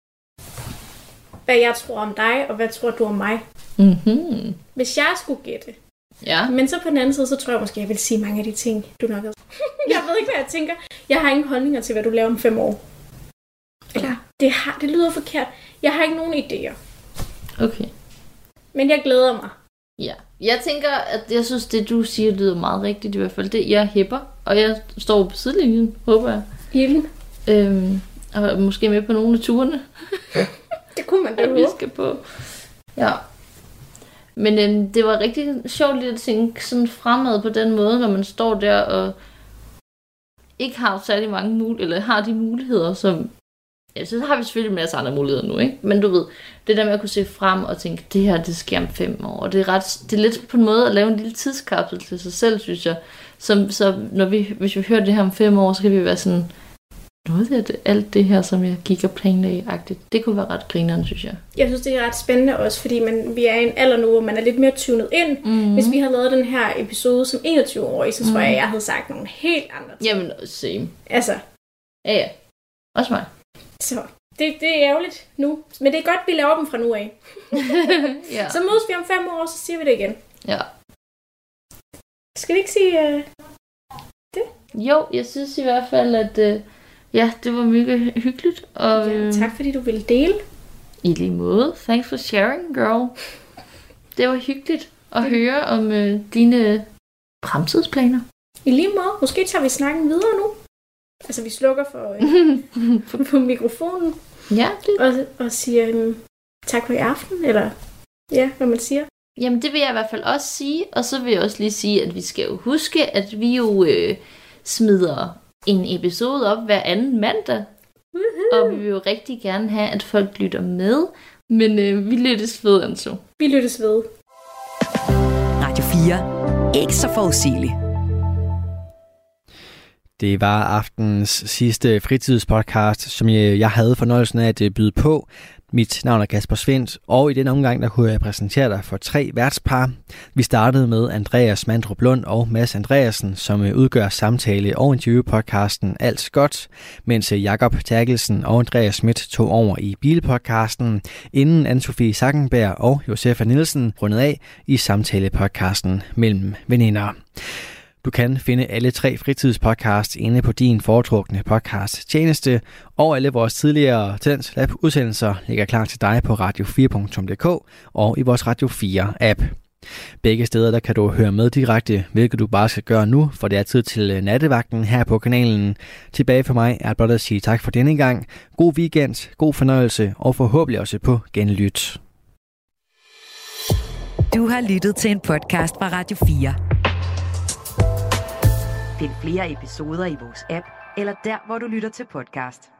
A: Hvad jeg tror om dig, og hvad tror du om mig?
F: Mhm.
A: Hvis jeg skulle gætte.
F: Ja.
A: Men så på den anden side, så tror jeg måske, jeg vil sige mange af de ting, du nok ved. Jeg ved ikke, hvad jeg tænker. Jeg har ingen holdninger til, hvad du laver om fem år. Eller, det, har, det lyder forkert. Jeg har ikke nogen idéer.
F: Okay.
A: Men jeg glæder mig.
F: Ja. Jeg tænker, at jeg synes, det du siger, lyder meget rigtigt i hvert fald. Det, jeg hæpper, og jeg står på sidelinjen, håber jeg.
A: Ilden.
F: Øhm, og er måske med på nogle af turene,
A: Det kunne man da
F: at vi
A: håbe.
F: skal på. Ja. Men øhm, det var rigtig sjovt lige at tænke sådan fremad på den måde, når man står der og ikke har særlig mange muligheder, eller har de muligheder, som... Ja, så har vi selvfølgelig en masse andre muligheder nu, ikke? Men du ved, det der med at kunne se frem og tænke, det her, det sker om fem år. Og det er, ret, det er lidt på en måde at lave en lille tidskapsel til sig selv, synes jeg. Som, så når vi, hvis vi hører det her om fem år, så kan vi være sådan, noget af det, alt det her, som jeg gik og planlagde-agtigt. Det kunne være ret grineren, synes jeg.
A: Jeg synes, det er ret spændende også, fordi man, vi er i en alder nu, hvor man er lidt mere tunet ind.
F: Mm-hmm.
A: Hvis vi havde lavet den her episode som enogtyve-årig, så tror jeg, jeg havde sagt nogle helt andre ting.
F: Jamen, same.
A: Altså,
F: Ja, ja. Også mig.
A: så det, det er ærgerligt nu. Men det er godt, vi laver dem fra nu af.
F: Ja.
A: Så mødes vi om fem år, så siger vi det igen.
F: Ja.
A: Skal vi ikke sige... Uh...
F: Jo, jeg synes i hvert fald, at øh, ja, det var mega hyggeligt. Og,
A: Ja, tak fordi du ville dele.
F: I lige måde. Thanks for sharing, girl. Det var hyggeligt at høre om øh, dine fremtidsplaner.
A: I lige måde. Måske tager vi snakken videre nu. Altså, vi slukker for, øh, for, for mikrofonen.
F: Ja, det.
A: Og, og siger um, tak for i aften. Eller ja, hvad man siger.
F: Jamen, det vil jeg i hvert fald også sige. Og så vil jeg også lige sige, at vi skal jo huske, at vi jo øh, smider en episode op hver anden mandag. Uh-huh. Og vi vil jo rigtig gerne have, at folk lytter med. Men øh, vi lyttes ved, altså.
A: Vi lyttes ved.
B: Radio fire. Ikke så forudsigeligt.
C: Det var aftenens sidste fritidspodcast, som jeg havde fornøjelsen af at byde på. Mit navn er Kasper Svendt, og i den omgang der kunne jeg præsentere dig for tre værtspar. Vi startede med Andreas Mandrup Lund og Mads Andreasen, som udgør samtale- og interviewpodcasten Alt Godt, mens Jakob Terkelsen og Andreas Schmidt tog over i bilpodcasten, inden Anne-Sophie Sackenberg og Josefa Nielsen rundede af i samtalepodcasten Mellem Veninder. Du kan finde alle tre fritidspodcasts inde på din foretrukne podcast tjeneste, og alle vores tidligere Talent Lab udsendelser ligger klar til dig på radio fire punktum d k og i vores Radio fire app. Begge steder der kan du høre med direkte, hvilket du bare skal gøre nu, for det er tid til nattevagten her på kanalen. Tilbage for mig er blot at sige tak for denne gang. God weekend, god fornøjelse og forhåbentlig også på genlyt.
B: Du har lyttet til en podcast fra Radio fire.
G: Find flere episoder i vores app, eller der, hvor du lytter til podcast.